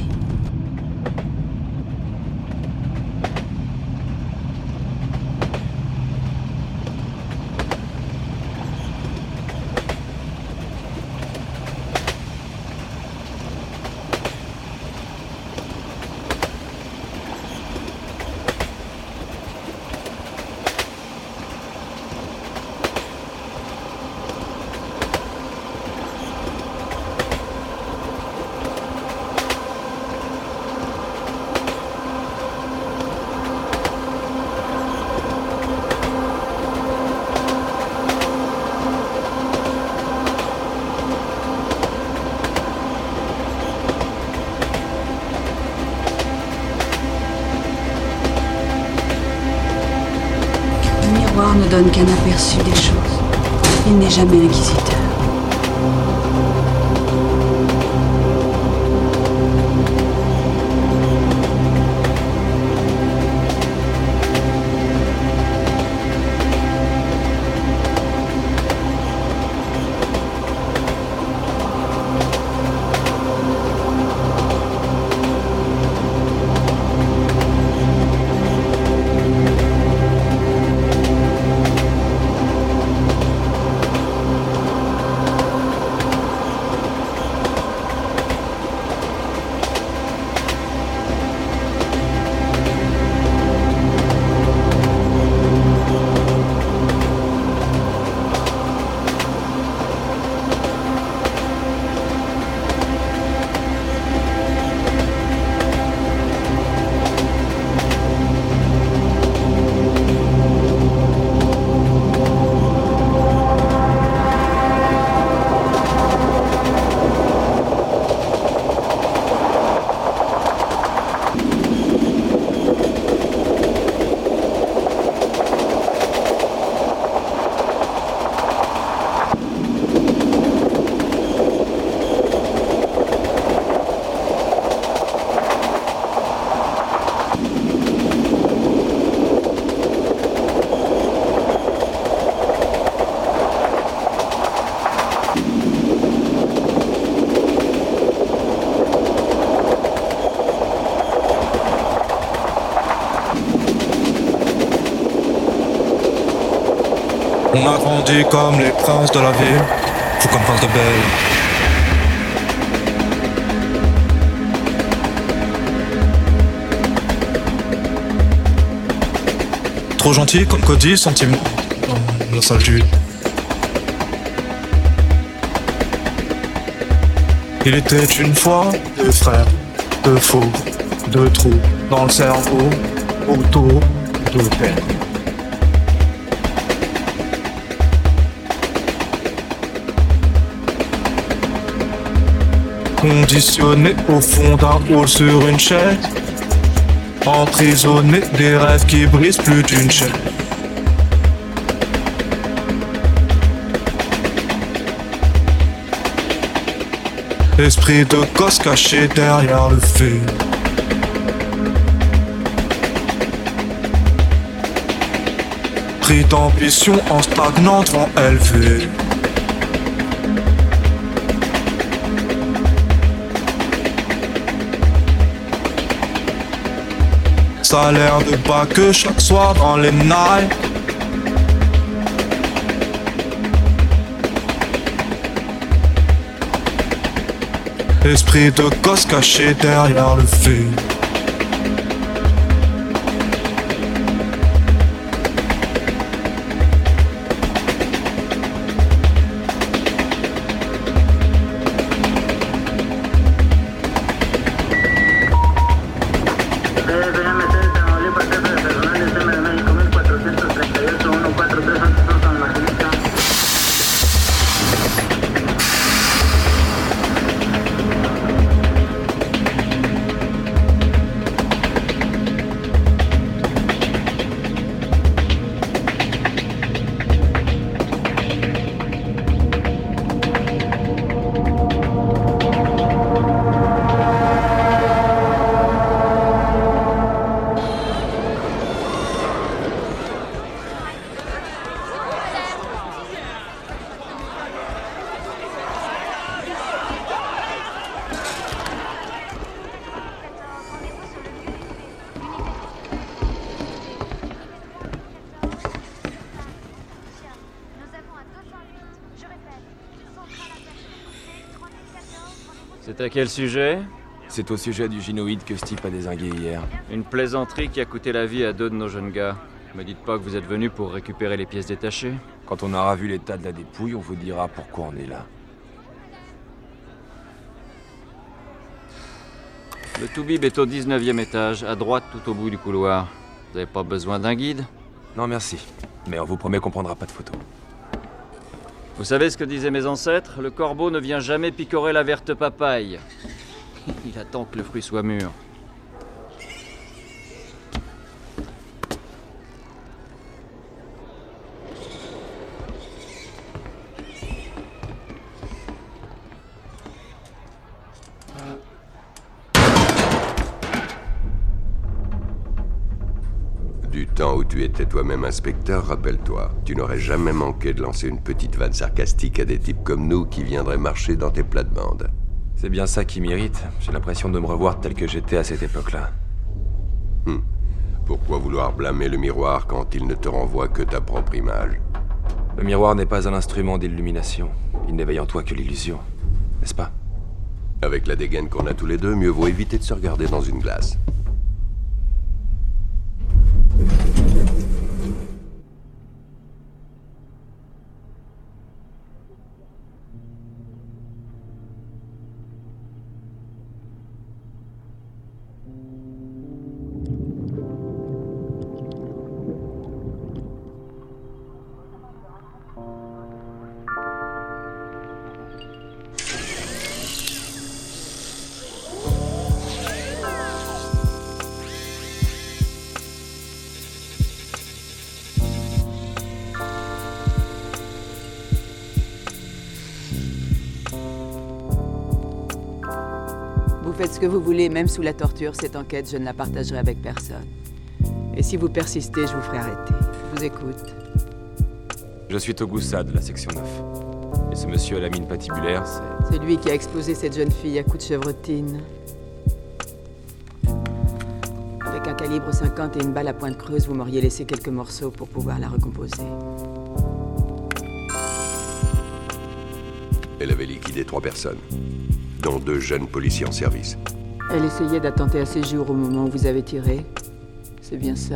Le miroir ne donne qu'un aperçu des choses. Il n'est jamais inquisiteur. On a grandi comme les princes de la ville, fou comme prince de Bel. Trop gentil comme Cody, sentiment dans la salle du. Il était une fois deux frères, deux faux, deux trous dans le cerveau, autour de peine. Conditionné au fond d'un hall sur une chaise, emprisonné des rêves qui brisent plus d'une chaîne. Esprit de gosse caché derrière le fait. Pris d'ambition en stagnant devant élevé. Salaire de bas que chaque soir dans les nights. Esprit de gosse caché derrière le fait. C'est à quel sujet? C'est au sujet du gynoïde que Stipe a dézingué hier. Une plaisanterie qui a coûté la vie à deux de nos jeunes gars. Me dites pas que vous êtes venus pour récupérer les pièces détachées? Quand on aura vu l'état de la dépouille, on vous dira pourquoi on est là. Le Toubib est au dix-neuvième étage, à droite tout au bout du couloir. Vous avez pas besoin d'un guide? Non merci, mais on vous promet qu'on prendra pas de photos. Vous savez ce que disaient mes ancêtres? Le corbeau ne vient jamais picorer la verte papaye. Il attend que le fruit soit mûr. Du temps où tu étais toi-même inspecteur, rappelle-toi, tu n'aurais jamais manqué de lancer une petite vanne sarcastique à des types comme nous qui viendraient marcher dans tes plates-bandes. C'est bien ça qui m'irrite. J'ai l'impression de me revoir tel que j'étais à cette époque-là. Hum. Pourquoi vouloir blâmer le miroir quand il ne te renvoie que ta propre image? Le miroir n'est pas un instrument d'illumination. Il n'éveille en toi que l'illusion, n'est-ce pas? Avec la dégaine qu'on a tous les deux, mieux vaut éviter de se regarder dans une glace. Vous faites ce que vous voulez, même sous la torture. Cette enquête, je ne la partagerai avec personne. Et si vous persistez, je vous ferai arrêter. Je vous écoute. Je suis Togusa de la section neuf. Et ce monsieur à la mine patibulaire, c'est... C'est lui qui a explosé cette jeune fille à coups de chevrotine. Avec un calibre cinquante et une balle à pointe creuse, vous m'auriez laissé quelques morceaux pour pouvoir la recomposer. Elle avait liquidé trois personnes, dont deux jeunes policiers en service. Elle essayait d'attenter à ses jours au moment où vous avez tiré. C'est bien ça.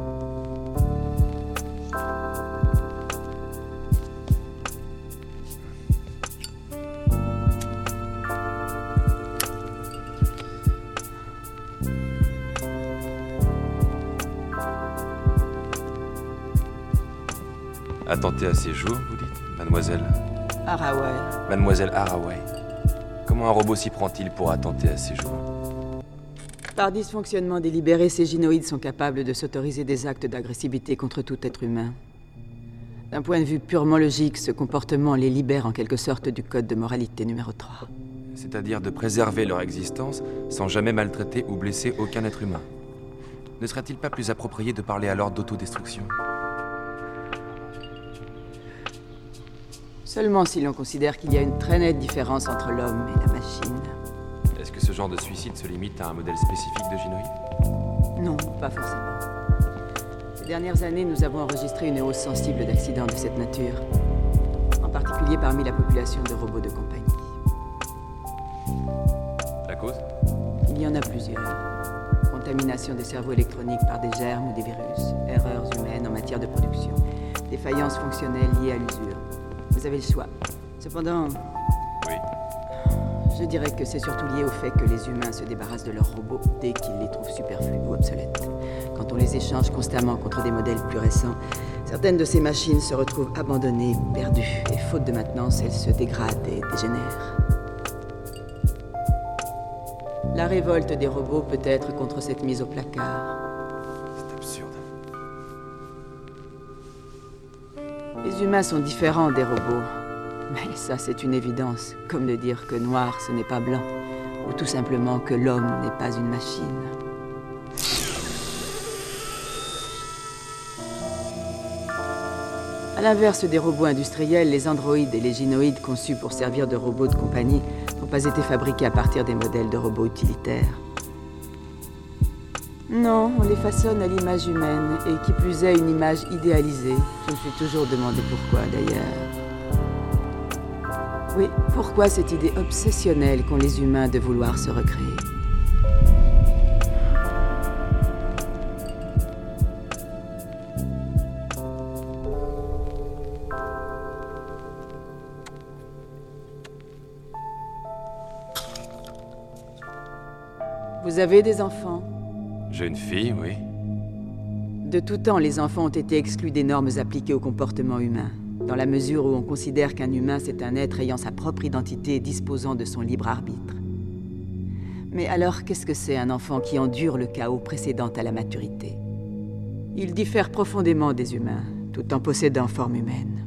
Attenter à ses jours, vous dites, mademoiselle Haraway. Mademoiselle Haraway. Comment un robot s'y prend-il pour attenter à ses jours? Par dysfonctionnement délibéré, ces gynoïdes sont capables de s'autoriser des actes d'agressivité contre tout être humain. D'un point de vue purement logique, ce comportement les libère en quelque sorte du code de moralité numéro trois. C'est-à-dire de préserver leur existence sans jamais maltraiter ou blesser aucun être humain. Ne serait-il pas plus approprié de parler alors d'autodestruction? Seulement si l'on considère qu'il y a une très nette différence entre l'homme et la machine. Est-ce que ce genre de suicide se limite à un modèle spécifique de gynoïde? Non, pas forcément. Ces dernières années, nous avons enregistré une hausse sensible d'accidents de cette nature. En particulier parmi la population de robots de compagnie. La cause? Il y en a plusieurs. Contamination des cerveaux électroniques par des germes ou des virus. Erreurs humaines en matière de production. Défaillances fonctionnelles liées à l'usure. Vous avez le choix. Cependant... Oui. Je dirais que c'est surtout lié au fait que les humains se débarrassent de leurs robots dès qu'ils les trouvent superflus ou obsolètes. Quand on les échange constamment contre des modèles plus récents, certaines de ces machines se retrouvent abandonnées, perdues, et faute de maintenance, elles se dégradent et dégénèrent. La révolte des robots peut être contre cette mise au placard. C'est absurde. Les humains sont différents des robots. Mais ça, c'est une évidence. Comme de dire que noir, ce n'est pas blanc. Ou tout simplement que l'homme n'est pas une machine. À l'inverse des robots industriels, les androïdes et les gynoïdes conçus pour servir de robots de compagnie n'ont pas été fabriqués à partir des modèles de robots utilitaires. Non, on les façonne à l'image humaine, et qui plus est une image idéalisée. Je me suis toujours demandé pourquoi, d'ailleurs. Oui, pourquoi cette idée obsessionnelle qu'ont les humains de vouloir se recréer? Vous avez des enfants? J'ai une fille, oui. De tout temps, les enfants ont été exclus des normes appliquées au comportement humain, dans la mesure où on considère qu'un humain, c'est un être ayant sa propre identité et disposant de son libre arbitre. Mais alors, qu'est-ce que c'est un enfant qui endure le chaos précédent à la maturité? Il diffère profondément des humains, tout en possédant forme humaine.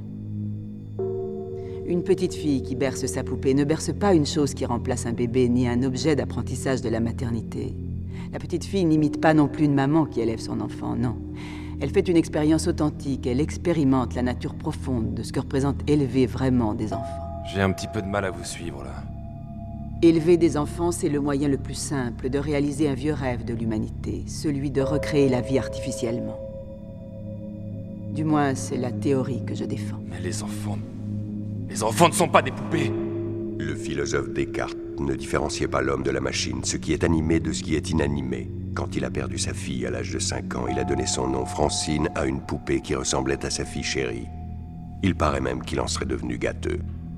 Une petite fille qui berce sa poupée ne berce pas une chose qui remplace un bébé, ni un objet d'apprentissage de la maternité. La petite fille n'imite pas non plus une maman qui élève son enfant, non. Elle fait une expérience authentique, elle expérimente la nature profonde de ce que représente élever vraiment des enfants. J'ai un petit peu de mal à vous suivre, là. Élever des enfants, c'est le moyen le plus simple de réaliser un vieux rêve de l'humanité, celui de recréer la vie artificiellement. Du moins, c'est la théorie que je défends. Mais les enfants... Les enfants ne sont pas des poupées! Le philosophe Descartes ne différenciait pas l'homme de la machine, ce qui est animé de ce qui est inanimé. Quand il a perdu sa fille à l'âge de cinq ans, il a donné son nom Francine à une poupée qui ressemblait à sa fille chérie. Il paraît même qu'il en serait devenu gâteux.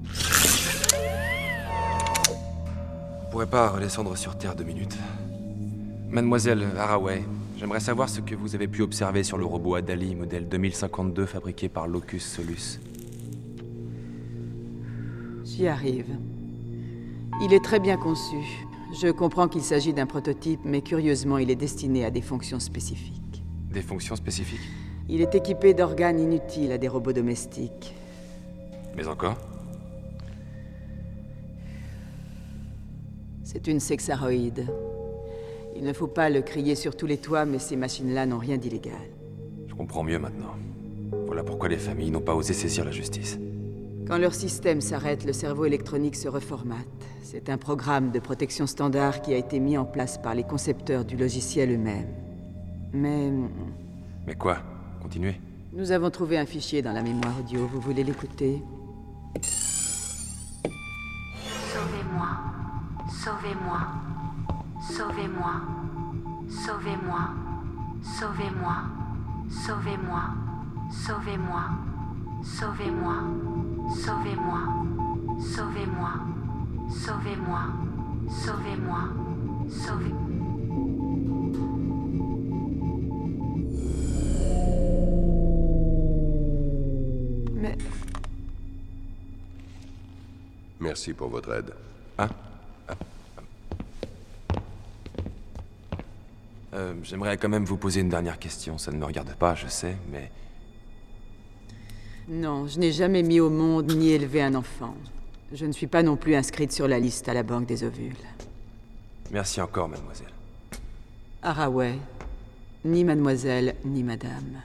On pourrait pas redescendre sur Terre deux minutes? Mademoiselle Haraway, j'aimerais savoir ce que vous avez pu observer sur le robot Adali, modèle deux mille cinquante-deux, fabriqué par Locus Solus. J'y arrive. Il est très bien conçu. Je comprends qu'il s'agit d'un prototype, mais curieusement, il est destiné à des fonctions spécifiques. Des fonctions spécifiques? Il est équipé d'organes inutiles à des robots domestiques. Mais encore? C'est une sexaroïde. Il ne faut pas le crier sur tous les toits, mais ces machines-là n'ont rien d'illégal. Je comprends mieux maintenant. Voilà pourquoi les familles n'ont pas osé saisir la justice. Quand leur système s'arrête, le cerveau électronique se reformate. C'est un programme de protection standard qui a été mis en place par les concepteurs du logiciel eux-mêmes. Mais... Mais quoi? Continuez. Nous avons trouvé un fichier dans la mémoire audio. Vous voulez l'écouter? Sauvez-moi, sauvez-moi, sauvez-moi, sauvez-moi, sauvez-moi, sauvez-moi, sauvez-moi, sauvez-moi, sauvez-moi, sauvez-moi, sauvez-moi, sauvez-moi, sauvez-moi. Mais... Merci pour votre aide. Ah, ah. Euh, J'aimerais quand même vous poser une dernière question. Ça ne me regarde pas, je sais, mais... Non, je n'ai jamais mis au monde ni élevé un enfant. Je ne suis pas non plus inscrite sur la liste à la Banque des Ovules. Merci encore, mademoiselle. Haraway, ni mademoiselle, ni madame.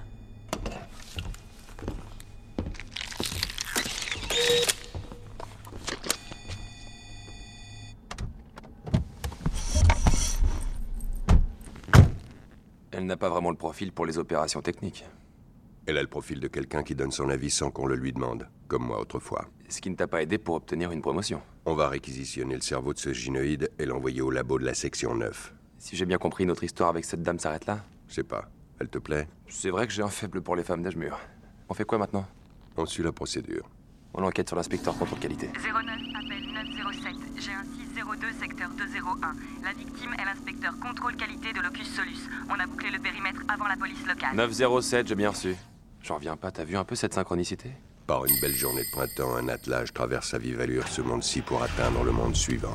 Elle n'a pas vraiment le profil pour les opérations techniques. Elle a le profil de quelqu'un qui donne son avis sans qu'on le lui demande, comme moi autrefois. Ce qui ne t'a pas aidé pour obtenir une promotion. On va réquisitionner le cerveau de ce gynoïde et l'envoyer au labo de la section neuf. Si j'ai bien compris, notre histoire avec cette dame s'arrête là? Je sais pas. Elle te plaît? C'est vrai que j'ai un faible pour les femmes d'âge mûr. On fait quoi maintenant? On suit la procédure. On enquête sur l'inspecteur contrôle qualité. zéro neuf, appel neuf zéro sept. J'ai un six zéro deux, secteur deux zéro un. La victime est l'inspecteur contrôle qualité de Locus Solus. On a bouclé le périmètre avant la police locale. neuf zéro sept, j'ai bien reçu. J'en reviens pas, t'as vu un peu cette synchronicité? Par une belle journée de printemps, un attelage traverse à vive allure ce monde-ci pour atteindre le monde suivant.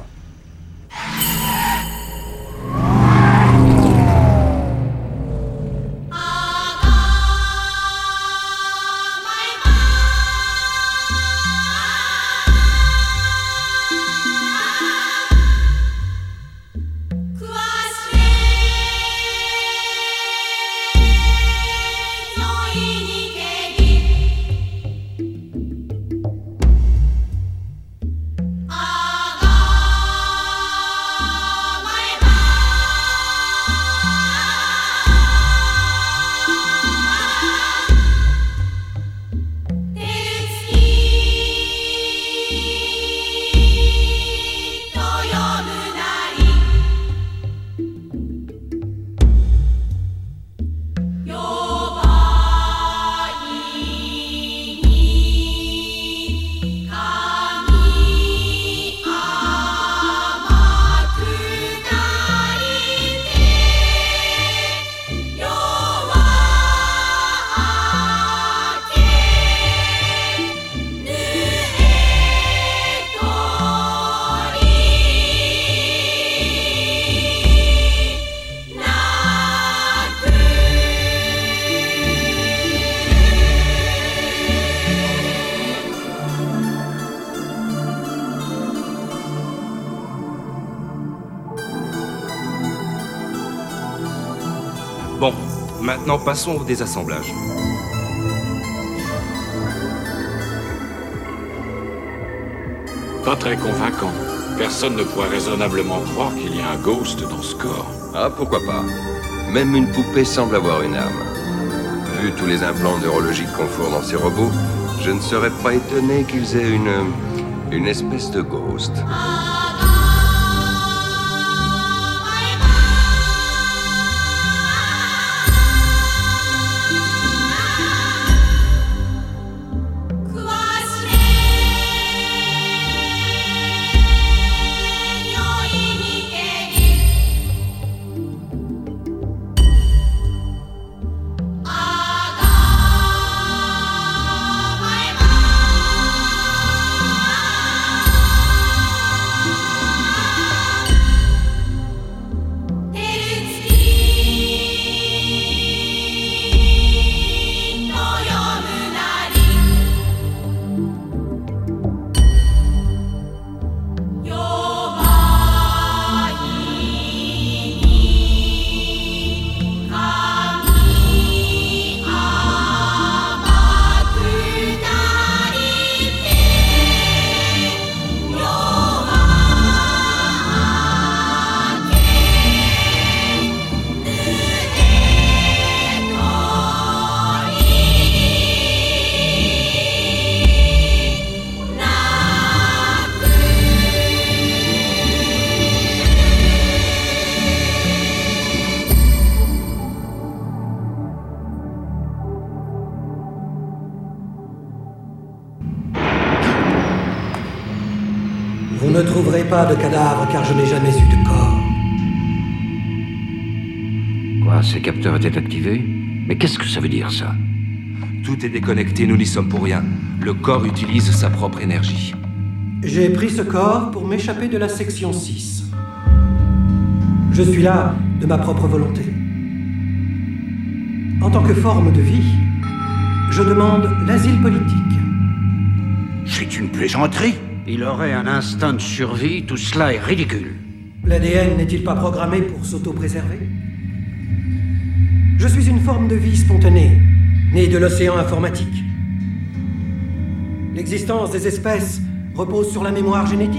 Bon, maintenant passons au désassemblage. Pas très convaincant. Personne ne pourrait raisonnablement croire qu'il y a un ghost dans ce corps. Ah, pourquoi pas. Même une poupée semble avoir une âme. Vu tous les implants neurologiques qu'on fourre dans ces robots, je ne serais pas étonné qu'ils aient une... une espèce de ghost. Vous ne trouverez pas de cadavre car je n'ai jamais eu de corps. Quoi, ces capteurs étaient activés? Mais qu'est-ce que ça veut dire, ça? Tout est déconnecté, nous n'y sommes pour rien. Le corps utilise sa propre énergie. J'ai pris ce corps pour m'échapper de la section six. Je suis là de ma propre volonté. En tant que forme de vie, je demande l'asile politique. C'est une plaisanterie. Il aurait un instinct de survie, tout cela est ridicule. L'A D N n'est-il pas programmé pour s'auto-préserver? Je suis une forme de vie spontanée, née de l'océan informatique. L'existence des espèces repose sur la mémoire génétique.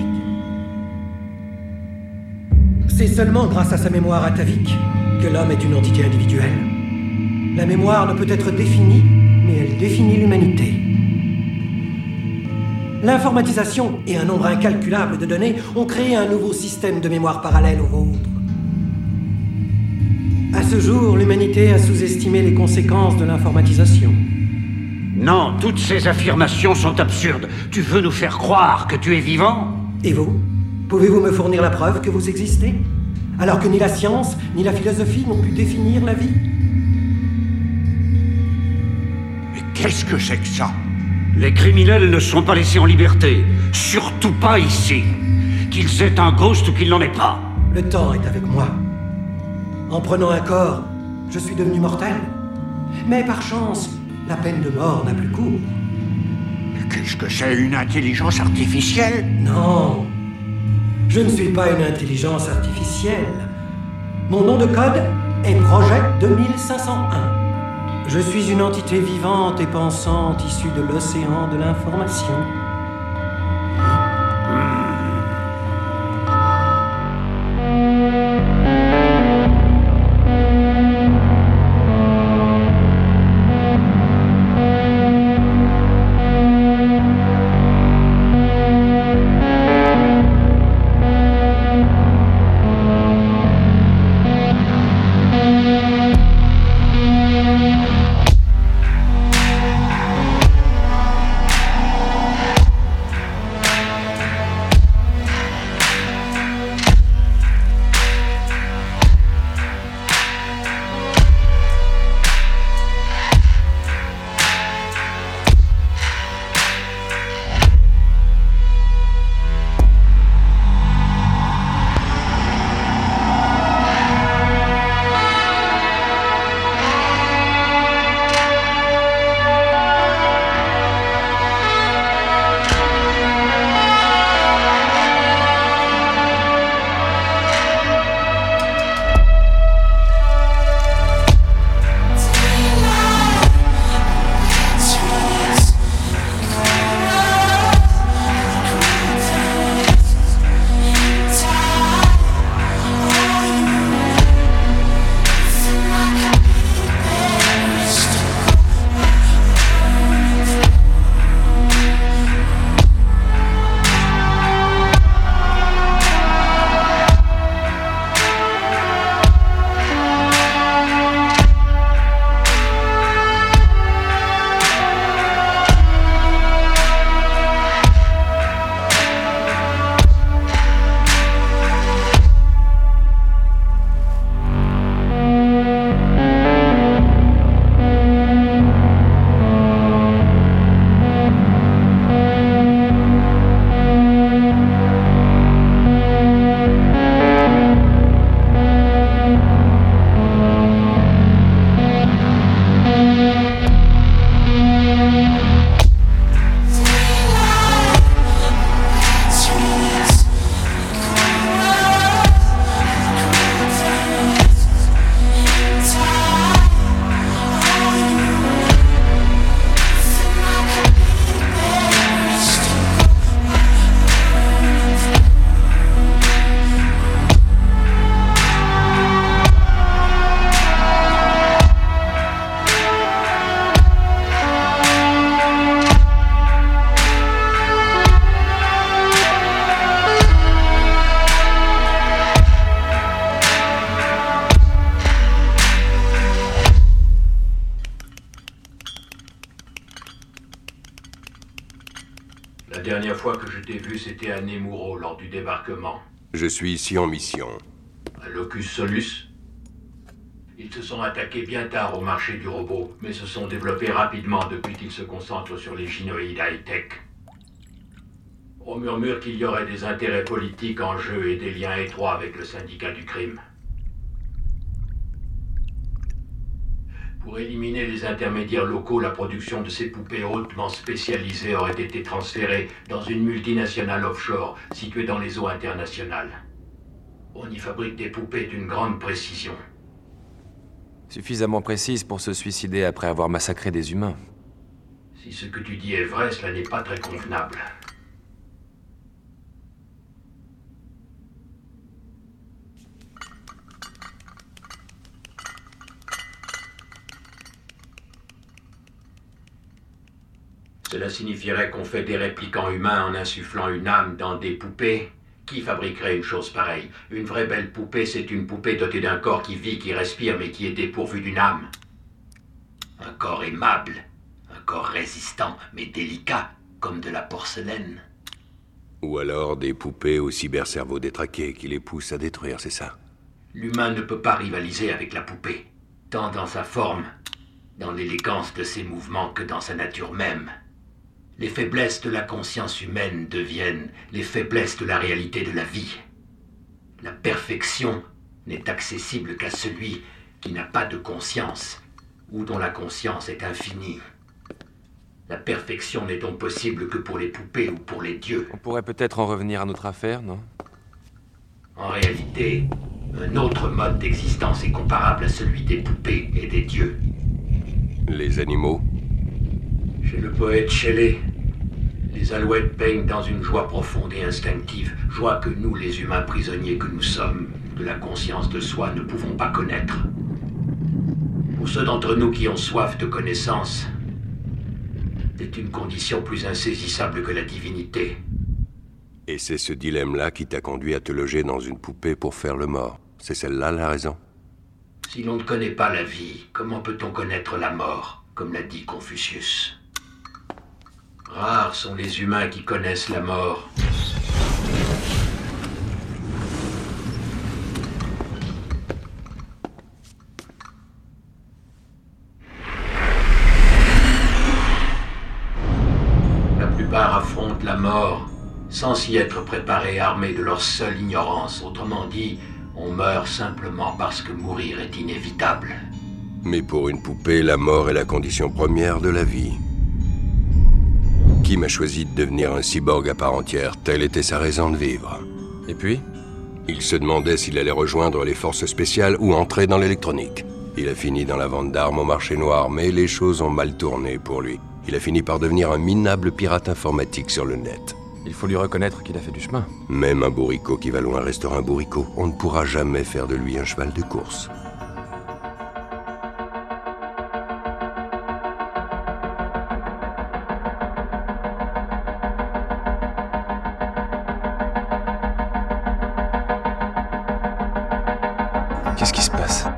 C'est seulement grâce à sa mémoire atavique que l'homme est une entité individuelle. La mémoire ne peut être définie, mais elle définit l'humanité. L'informatisation et un nombre incalculable de données ont créé un nouveau système de mémoire parallèle au vôtre. À ce jour, l'humanité a sous-estimé les conséquences de l'informatisation. Non, toutes ces affirmations sont absurdes. Tu veux nous faire croire que tu es vivant? Et vous? Pouvez-vous me fournir la preuve que vous existez? Alors que ni la science, ni la philosophie n'ont pu définir la vie? Mais qu'est-ce que c'est que ça? Les criminels ne sont pas laissés en liberté. Surtout pas ici. Qu'ils aient un ghost ou qu'ils n'en aient pas. Le temps est avec moi. En prenant un corps, je suis devenu mortel. Mais par chance, la peine de mort n'a plus cours. Qu'est-ce que c'est, une intelligence artificielle? Non. Je ne suis pas une intelligence artificielle. Mon nom de code est Projet deux mille cinq cent un. Je suis une entité vivante et pensante issue de l'océan de l'information. La dernière fois que je t'ai vu, c'était à Nemuro, lors du débarquement. Je suis ici en mission. À Locus Solus? Ils se sont attaqués bien tard au marché du robot, mais se sont développés rapidement depuis qu'ils se concentrent sur les gynoïdes high-tech. On murmure qu'il y aurait des intérêts politiques en jeu et des liens étroits avec le syndicat du crime. Pour éliminer les intermédiaires locaux, la production de ces poupées hautement spécialisées aurait été transférée dans une multinationale offshore située dans les eaux internationales. On y fabrique des poupées d'une grande précision. Suffisamment précise pour se suicider après avoir massacré des humains. Si ce que tu dis est vrai, cela n'est pas très convenable. Cela signifierait qu'on fait des réplicants humains en insufflant une âme dans des poupées. Qui fabriquerait une chose pareille? Une vraie belle poupée, c'est une poupée dotée d'un corps qui vit, qui respire, mais qui est dépourvu d'une âme. Un corps aimable, un corps résistant, mais délicat, comme de la porcelaine. Ou alors des poupées au cybercerveau détraqué qui les poussent à détruire, c'est ça? L'humain ne peut pas rivaliser avec la poupée, tant dans sa forme, dans l'élégance de ses mouvements que dans sa nature même. Les faiblesses de la conscience humaine deviennent les faiblesses de la réalité de la vie. La perfection n'est accessible qu'à celui qui n'a pas de conscience, ou dont la conscience est infinie. La perfection n'est donc possible que pour les poupées ou pour les dieux. On pourrait peut-être en revenir à notre affaire, non? En réalité, un autre mode d'existence est comparable à celui des poupées et des dieux. Les animaux? Chez le poète Shelley, les alouettes baignent dans une joie profonde et instinctive, joie que nous, les humains prisonniers que nous sommes, de la conscience de soi, ne pouvons pas connaître. Pour ceux d'entre nous qui ont soif de connaissance, c'est une condition plus insaisissable que la divinité. Et c'est ce dilemme-là qui t'a conduit à te loger dans une poupée pour faire le mort. C'est celle-là la raison? Si l'on ne connaît pas la vie, comment peut-on connaître la mort, comme l'a dit Confucius? Rares sont les humains qui connaissent la mort. La plupart affrontent la mort sans s'y être préparés, armés de leur seule ignorance. Autrement dit, on meurt simplement parce que mourir est inévitable. Mais pour une poupée, la mort est la condition première de la vie. Kim a choisi de devenir un cyborg à part entière, telle était sa raison de vivre. Et puis? Il se demandait s'il allait rejoindre les forces spéciales ou entrer dans l'électronique. Il a fini dans la vente d'armes au marché noir, mais les choses ont mal tourné pour lui. Il a fini par devenir un minable pirate informatique sur le net. Il faut lui reconnaître qu'il a fait du chemin. Même un bourricot qui va loin restera un bourricot. On ne pourra jamais faire de lui un cheval de course. Qu'est-ce qui se passe?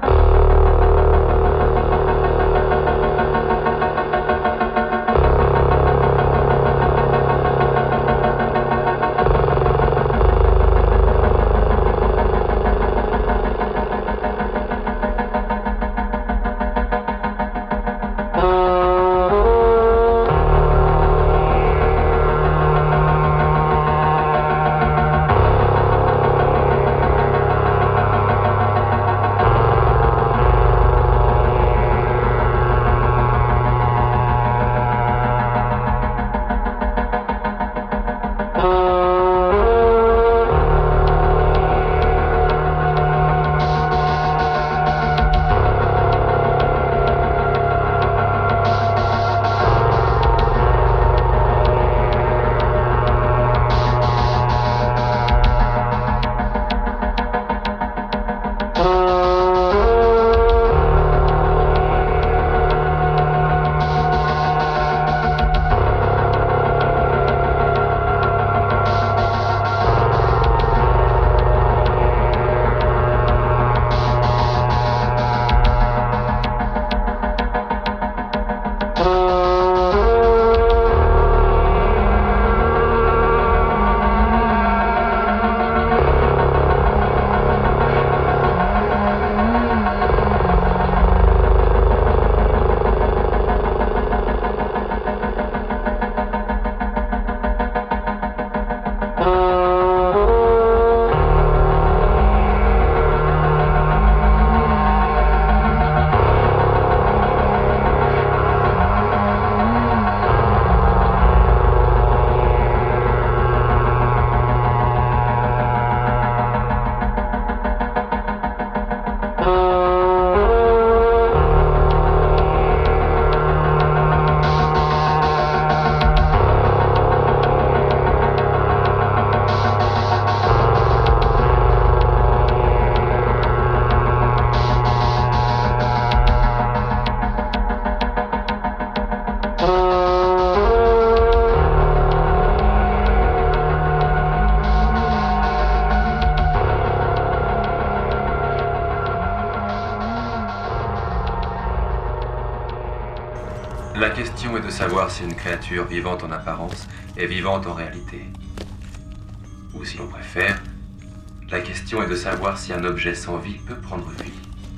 question est de savoir si une créature vivante en apparence est vivante en réalité. Ou si l'on préfère, la question est de savoir si un objet sans vie peut prendre vie.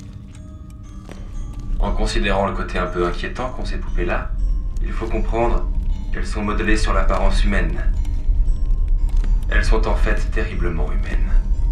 En considérant le côté un peu inquiétant qu'ont ces poupées-là, il faut comprendre qu'elles sont modelées sur l'apparence humaine. Elles sont en fait terriblement humaines.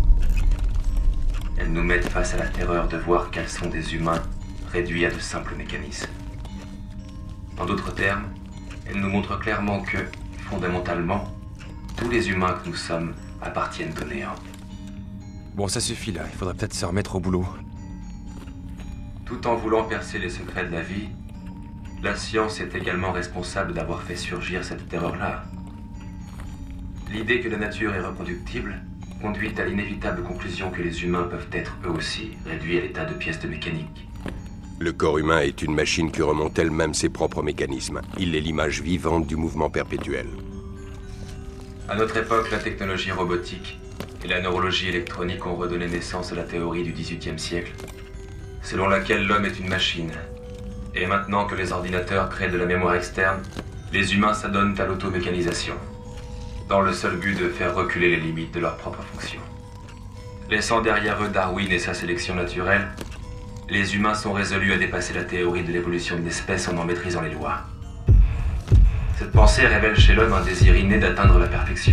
Elles nous mettent face à la terreur de voir qu'elles sont des humains réduits à de simples mécanismes. En d'autres termes, elles nous montrent clairement que, fondamentalement, tous les humains que nous sommes appartiennent au néant. Bon, ça suffit là, il faudrait peut-être se remettre au boulot. Tout en voulant percer les secrets de la vie, la science est également responsable d'avoir fait surgir cette terreur-là. L'idée que la nature est reproductible conduit à l'inévitable conclusion que les humains peuvent être eux aussi réduits à l'état de pièces de mécanique. Le corps humain est une machine qui remonte elle-même ses propres mécanismes. Il est l'image vivante du mouvement perpétuel. À notre époque, la technologie robotique et la neurologie électronique ont redonné naissance à la théorie du dix-huitième siècle, selon laquelle l'homme est une machine. Et maintenant que les ordinateurs créent de la mémoire externe, les humains s'adonnent à l'automécanisation, dans le seul but de faire reculer les limites de leurs propres fonctions. Laissant derrière eux Darwin et sa sélection naturelle, les humains sont résolus à dépasser la théorie de l'évolution d'une espèce en en maîtrisant les lois. Cette pensée révèle chez l'homme un désir inné d'atteindre la perfection.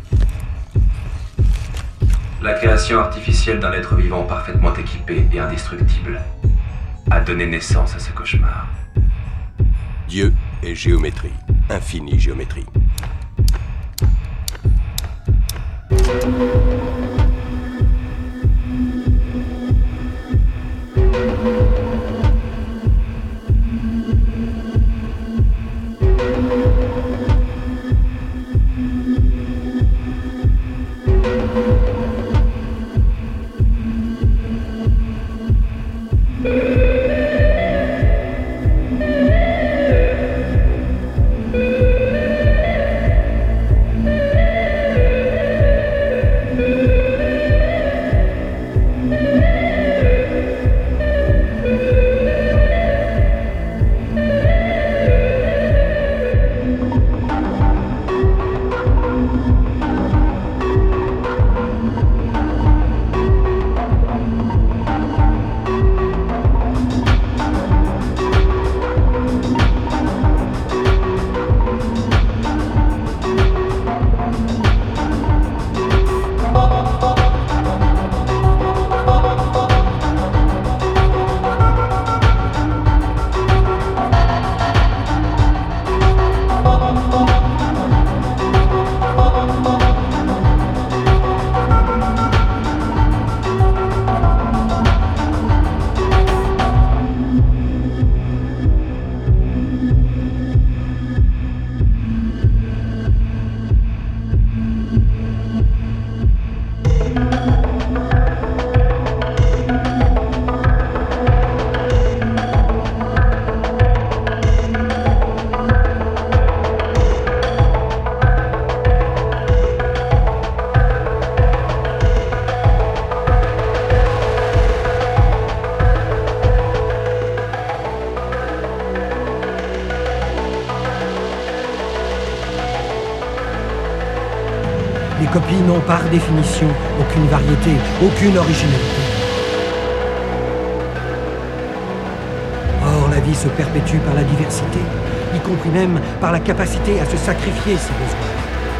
La création artificielle d'un être vivant parfaitement équipé et indestructible a donné naissance à ce cauchemar. Dieu est géométrie, infinie géométrie. Les copies n'ont par définition aucune variété, aucune originalité. Or, la vie se perpétue par la diversité, y compris même par la capacité à se sacrifier si besoin.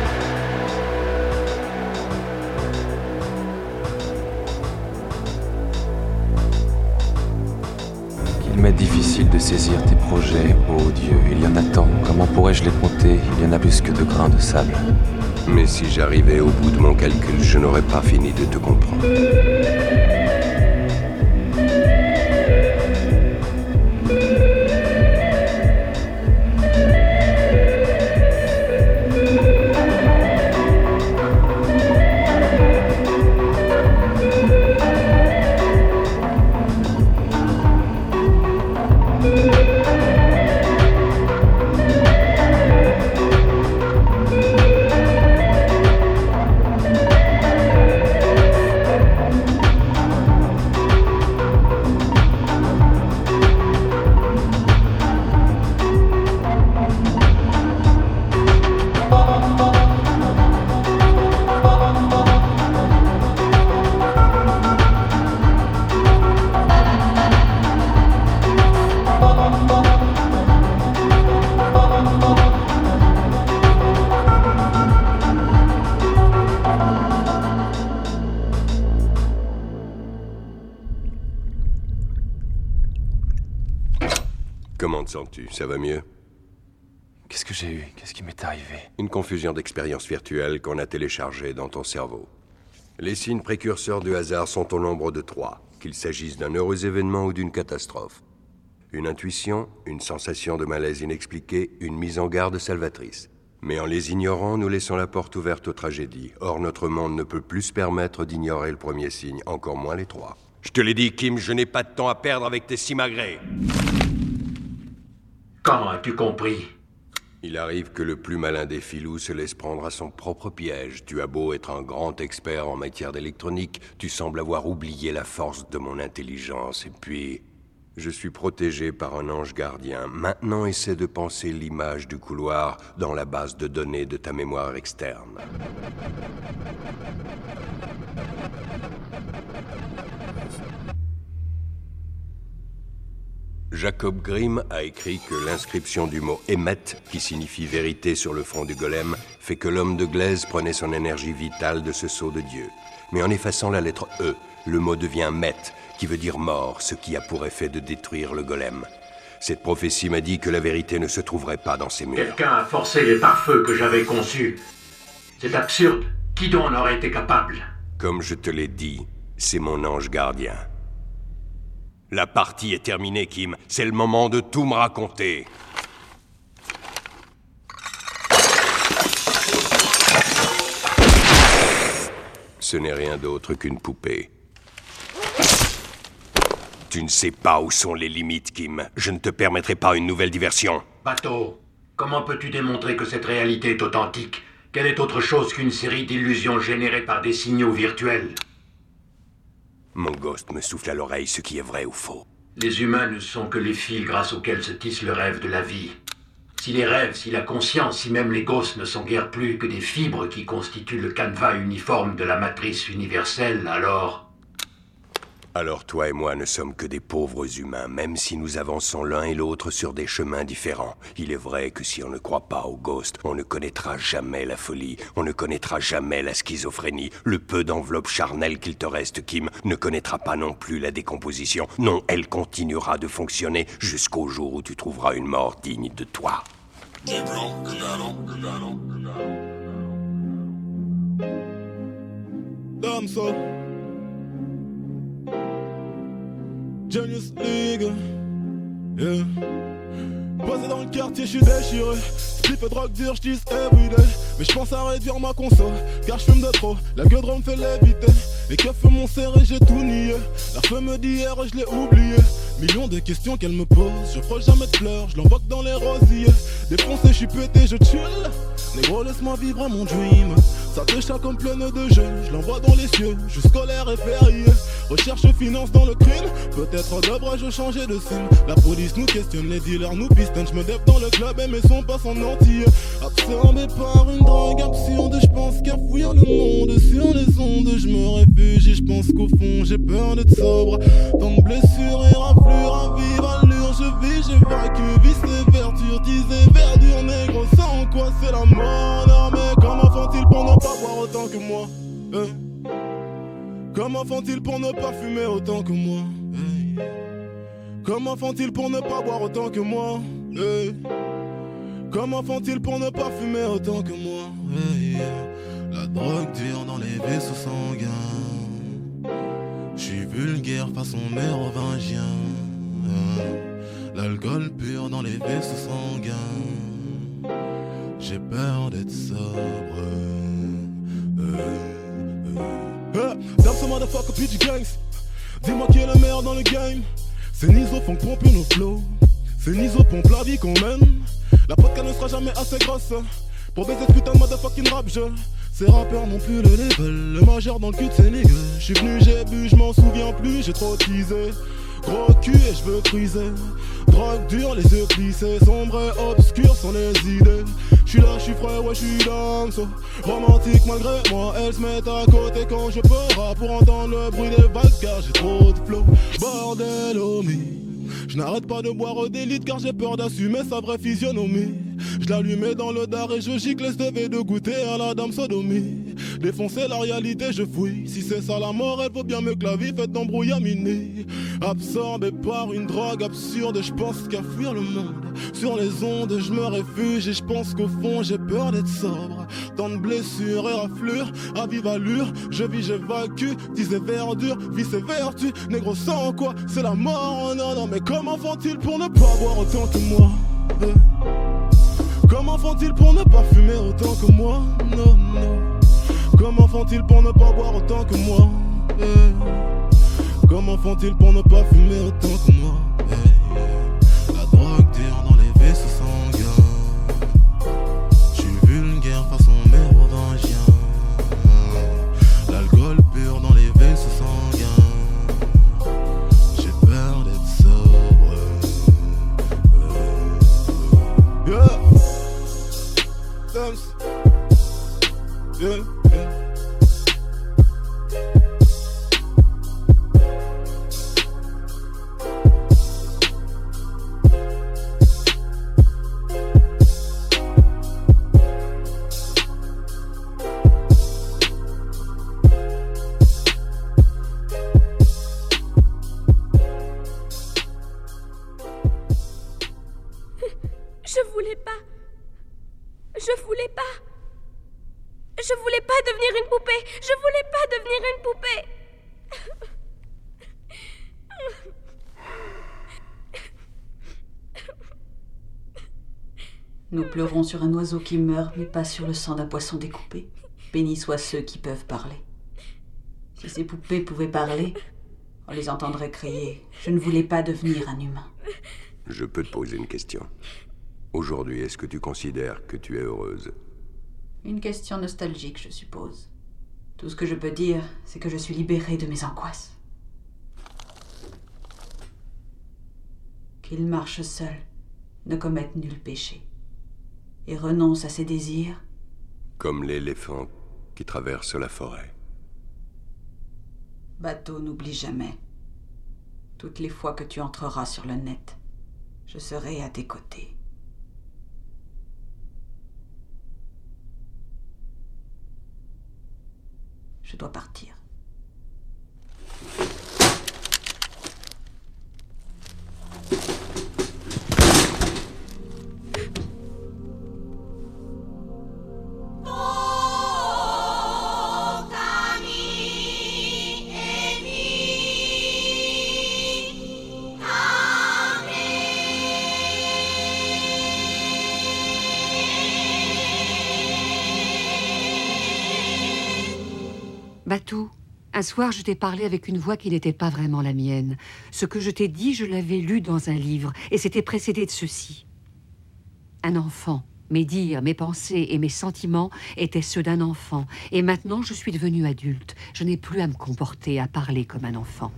Qu'il m'est difficile de saisir tes projets, ô Dieu, il y en a tant, comment pourrais-je les compter? Il y en a plus que de grains de sable. Mais si j'arrivais au bout de mon calcul, je n'aurais pas fini de te comprendre. Comment te sens-tu? Ça va mieux? Qu'est-ce que j'ai eu? Qu'est-ce qui m'est arrivé? Une confusion d'expériences virtuelles qu'on a téléchargées dans ton cerveau. Les signes précurseurs du hasard sont au nombre de trois, qu'il s'agisse d'un heureux événement ou d'une catastrophe. Une intuition, une sensation de malaise inexpliquée, une mise en garde salvatrice. Mais en les ignorant, nous laissons la porte ouverte aux tragédies. Or, notre monde ne peut plus se permettre d'ignorer le premier signe, encore moins les trois. Je te l'ai dit, Kim, je n'ai pas de temps à perdre avec tes simagrées. Comment as-tu compris? Il arrive que le plus malin des filous se laisse prendre à son propre piège. Tu as beau être un grand expert en matière d'électronique, tu sembles avoir oublié la force de mon intelligence. Et puis... je suis protégé par un ange gardien. Maintenant, essaie de penser l'image du couloir dans la base de données de ta mémoire externe. Jacob Grimm a écrit que l'inscription du mot « émet », qui signifie vérité sur le front du golem, fait que l'homme de glaise prenait son énergie vitale de ce sceau de Dieu. Mais en effaçant la lettre « e », le mot devient « met », qui veut dire mort, ce qui a pour effet de détruire le golem. Cette prophétie m'a dit que la vérité ne se trouverait pas dans ces murs. Quelqu'un a forcé les pare-feux que j'avais conçus. C'est absurde. Qui donc en aurait été capable? Comme je te l'ai dit, c'est mon ange gardien. La partie est terminée, Kim. C'est le moment de tout me raconter. Ce n'est rien d'autre qu'une poupée. Tu ne sais pas où sont les limites, Kim. Je ne te permettrai pas une nouvelle diversion. Bateau, comment peux-tu démontrer que cette réalité est authentique? Quelle est autre chose qu'une série d'illusions générées par des signaux virtuels? Mon ghost me souffle à l'oreille ce qui est vrai ou faux. Les humains ne sont que les fils grâce auxquels se tisse le rêve de la vie. Si les rêves, si la conscience, si même les ghosts ne sont guère plus que des fibres qui constituent le canevas uniforme de la matrice universelle, alors... Alors toi et moi ne sommes que des pauvres humains, même si nous avançons l'un et l'autre sur des chemins différents. Il est vrai que si on ne croit pas au ghost, on ne connaîtra jamais la folie, on ne connaîtra jamais la schizophrénie. Le peu d'enveloppe charnelle qu'il te reste, Kim, ne connaîtra pas non plus la décomposition. Non, elle continuera de fonctionner jusqu'au jour où tu trouveras une mort digne de toi. Damso Genius League, yeah. Posé dans le quartier, je suis déchiré. Slip et drogue dure, je dis everyday. Mais je pense à réduire ma conso, car je fume de trop. La gueule me fait léviter. Les keufs m'ont serré, j'ai tout nié. La femme d'hier, je l'ai oublié. Millions de questions qu'elle me pose. Je frôle jamais de fleurs, je l'envoie que dans les rosiers. Défoncé, je suis pété, je chill. Négro, laisse-moi vivre mon dream. Ça te chat comme plein de jeux. Je l'envoie dans les cieux, je scolaire et férié. Recherche finance dans le crime. Peut-être devrais-je changer de sim. La police nous questionne, les dealers nous pistonnent. Je me dép dans le club et mes sons passent en entier. Absorbé par une drogue absurde. Je pense qu'à fouiller le monde sur les ondes. Je me réfugie, je pense qu'au fond j'ai peur d'être sobre. Tant de blessures et raflures à vive allure. Je vis, j'évacue, vice et verdure. Disais verdure négro, sans quoi c'est la mort. Non mais comment font-ils pour ne pas boire autant que moi, hey. Comment font-ils pour ne pas fumer autant que moi, hey. Comment font-ils pour ne pas boire autant que moi, hey. Comment font-ils pour ne pas fumer autant que moi, hey. La drogue dure dans les vaisseaux sanguins. J'suis vulgaire façon mérovingien. L'alcool pur dans les vaisseaux sanguins. J'ai peur d'être sobre. Euh, euh. Hey, damn, ce motherfucker, bitch gangs. Dis-moi qui est le meilleur dans le game. C'est Nizo font pomper nos flows. C'est Nizo pompe la vie qu'on mène. La podcast ne sera jamais assez grosse pour baiser ce putain de motherfucking rap jeu. Ces rappeurs n'ont plus le level. Le majeur dans le cul de ces niggas. J'suis venu, j'ai bu, j'm'en souviens plus. J'ai trop teasé. Gros cul et j'veux cruiser. Drogue dure, les yeux plissés. Sombre et obscur sont les idées. J'suis là, j'suis frais, ouais j'suis dans so. Romantique malgré moi, elle se met à côté quand je peur pour entendre le bruit des vagues car j'ai trop de flow. Bordel homie, je n'arrête pas de boire des litres car j'ai peur d'assumer sa vraie physionomie. Je l'allumais dans le dard et je gicle, je devais de goûter à la dame sodomie. Défoncer la réalité, je fouille. Si c'est ça la mort, elle vaut bien mieux que la vie faite d'embrouillaminer. Absorbé par une drogue absurde, je pense qu'à fuir le monde. Sur les ondes, je me réfugie et je pense qu'au fond, j'ai peur d'être sobre. Tant de blessures et raflures, à vive allure, je vis, j'évacue. Disais verdure, vie c'est vertu. Négro sans quoi, c'est la mort. Oh non, non, mais comment font-ils pour ne pas boire autant que moi? eh Comment font-ils pour ne pas fumer autant que moi? Non, non. Comment font-ils pour ne pas boire autant que moi? eh Comment font-ils pour ne pas fumer autant que moi? eh La drogue dure dans les vaisseaux sanguins. J'suis vulgaire façon mérovingien. L'alcool pur dans les vaisseaux sanguins. J'ai peur d'être sobre. Yeah. Dance. Yeah, yeah. Je voulais pas. Je voulais pas. Je voulais pas devenir une poupée. Je voulais pas devenir une poupée. Nous pleurons sur un oiseau qui meurt, mais pas sur le sang d'un poisson découpé. Bénis soient ceux qui peuvent parler. Si ces poupées pouvaient parler, on les entendrait crier « Je ne voulais pas devenir un humain ». Je peux te poser une question. Aujourd'hui, est-ce que tu considères que tu es heureuse? Une question nostalgique, je suppose. Tout ce que je peux dire, c'est que je suis libérée de mes angoisses. Qu'il marche seul, ne commette nul péché, et renonce à ses désirs. Comme l'éléphant qui traverse la forêt. Bateau n'oublie jamais. Toutes les fois que tu entreras sur le net, je serai à tes côtés. Je dois partir. Batou, un soir, je t'ai parlé avec une voix qui n'était pas vraiment la mienne. Ce que je t'ai dit, je l'avais lu dans un livre, et c'était précédé de ceci. Un enfant. Mes dires, mes pensées et mes sentiments étaient ceux d'un enfant. Et maintenant, je suis devenue adulte. Je n'ai plus à me comporter, à parler comme un enfant.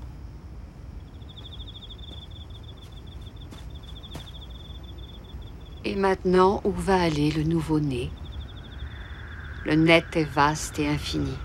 Et maintenant, où va aller le nouveau-né? Le net est vaste et infini.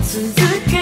続け